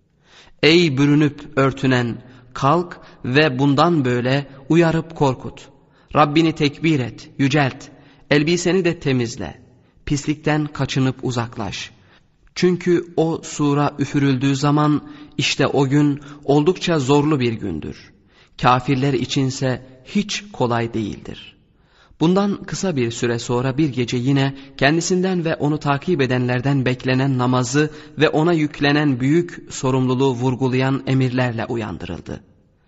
Ey bürünüp örtünen, kalk ve bundan böyle uyarıp korkut. Rabbini tekbir et, yücelt, elbiseni de temizle, pislikten kaçınıp uzaklaş. Çünkü o sura üfürüldüğü zaman işte o gün oldukça zorlu bir gündür. Kafirler içinse hiç kolay değildir. Bundan kısa bir süre sonra bir gece yine kendisinden ve onu takip edenlerden beklenen namazı ve ona yüklenen büyük sorumluluğu vurgulayan emirlerle uyandırıldı.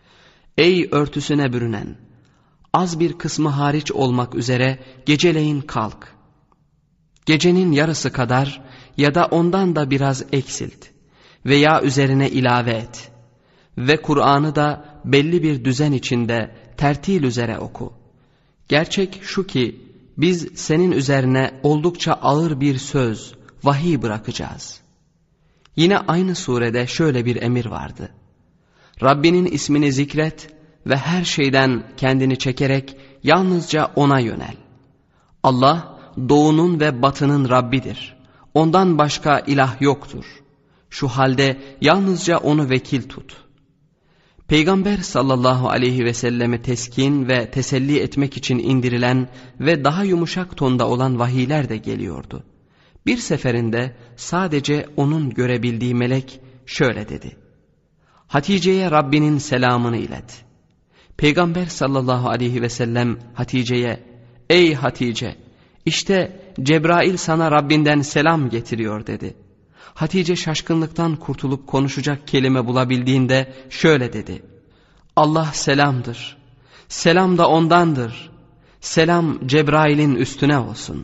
Ey örtüsüne bürünen! Az bir kısmı hariç olmak üzere geceleyin kalk. Gecenin yarısı kadar ya da ondan da biraz eksilt veya üzerine ilave et. Ve Kur'an'ı da belli bir düzen içinde tertil üzere oku. Gerçek şu ki biz senin üzerine oldukça ağır bir söz, vahiy bırakacağız. Yine aynı surede şöyle bir emir vardı. Rabbinin ismini zikret ve her şeyden kendini çekerek yalnızca ona yönel. Allah doğunun ve batının Rabbidir. Ondan başka ilah yoktur. Şu halde yalnızca onu vekil tut. Peygamber sallallahu aleyhi ve selleme teskin ve teselli etmek için indirilen ve daha yumuşak tonda olan vahiyler de geliyordu. Bir seferinde sadece onun görebildiği melek şöyle dedi. Hatice'ye Rabbinin selamını ilet. Peygamber sallallahu aleyhi ve sellem Hatice'ye, ey Hatice, işte Cebrail sana Rabbinden selam getiriyor dedi. Hatice şaşkınlıktan kurtulup konuşacak kelime bulabildiğinde şöyle dedi. Allah selamdır. Selam da ondandır. Selam Cebrail'in üstüne olsun.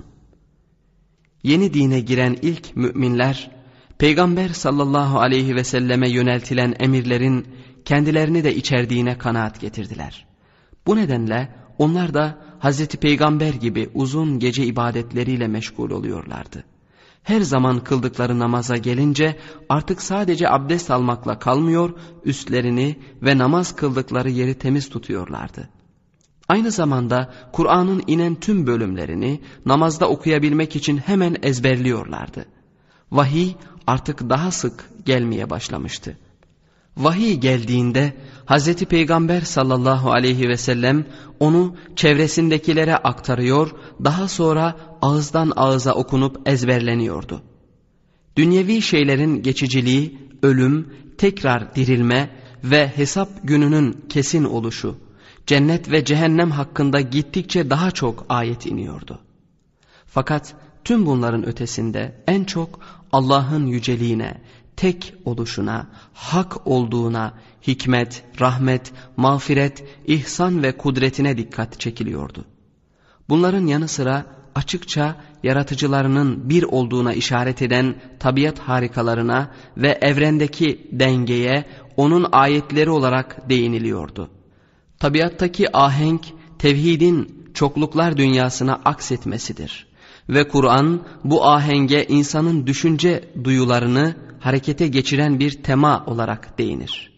Yeni dine giren ilk müminler, Peygamber sallallahu aleyhi ve selleme yöneltilen emirlerin kendilerini de içerdiğine kanaat getirdiler. Bu nedenle onlar da Hazreti Peygamber gibi uzun gece ibadetleriyle meşgul oluyorlardı. her zaman kıldıkları namaza gelince artık sadece abdest almakla kalmıyor, üstlerini ve namaz kıldıkları yeri temiz tutuyorlardı. Aynı zamanda Kur'an'ın inen tüm bölümlerini namazda okuyabilmek için hemen ezberliyorlardı. Vahiy artık daha sık gelmeye başlamıştı. Vahiy geldiğinde Hazreti Peygamber sallallahu aleyhi ve sellem onu çevresindekilere aktarıyor, daha sonra ağızdan ağıza okunup ezberleniyordu. Dünyevi şeylerin geçiciliği, ölüm, tekrar dirilme ve hesap gününün kesin oluşu, cennet ve cehennem hakkında gittikçe daha çok ayet iniyordu. Fakat tüm bunların ötesinde en çok Allah'ın yüceliğine, tek oluşuna, hak olduğuna, hikmet, rahmet, mağfiret, ihsan ve kudretine dikkat çekiliyordu. Bunların yanı sıra açıkça yaratıcılarının bir olduğuna işaret eden tabiat harikalarına ve evrendeki dengeye onun ayetleri olarak değiniliyordu. Tabiattaki ahenk, tevhidin çokluklar dünyasına aksetmesidir. Ve Kur'an bu ahenge insanın düşünce duyularını harekete geçiren bir tema olarak değinir.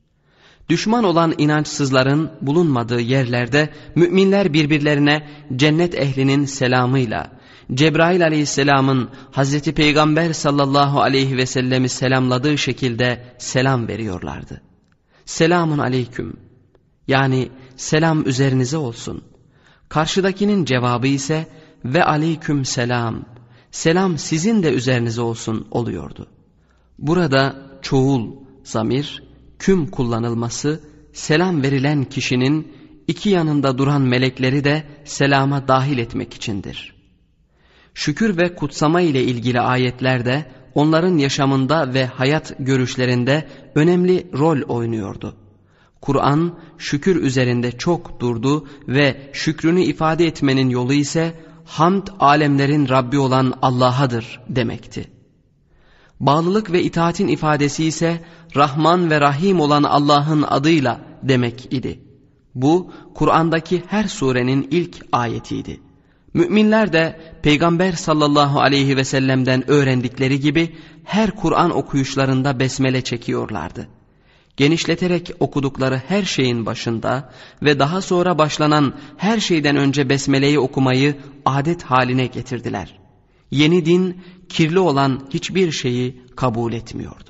Düşman olan inançsızların bulunmadığı yerlerde müminler birbirlerine cennet ehlinin selamıyla, Cebrail aleyhisselamın Hazreti Peygamber sallallahu aleyhi ve sellemi selamladığı şekilde selam veriyorlardı. Selamun aleyküm, yani selam üzerinize olsun. Karşıdakinin cevabı ise ve aleyküm selam, selam sizin de üzerinize olsun oluyordu. Burada çoğul, zamir, küm kullanılması, selam verilen kişinin iki yanında duran melekleri de selama dahil etmek içindir. Şükür ve kutsama ile ilgili ayetler de onların yaşamında ve hayat görüşlerinde önemli rol oynuyordu. Kur'an şükür üzerinde çok durdu ve şükrünü ifade etmenin yolu ise hamd alemlerin Rabbi olan Allah'adır demekti. Bağlılık ve itaatin ifadesi ise Rahman ve Rahim olan Allah'ın adıyla demek idi. Bu Kur'an'daki her surenin ilk ayetiydi. Müminler de Peygamber sallallahu aleyhi ve sellem'den öğrendikleri gibi her Kur'an okuyuşlarında besmele çekiyorlardı. Genişleterek okudukları her şeyin başında ve daha sonra başlanan her şeyden önce besmeleyi okumayı adet haline getirdiler. Yeni din kirli olan hiçbir şeyi kabul etmiyordu.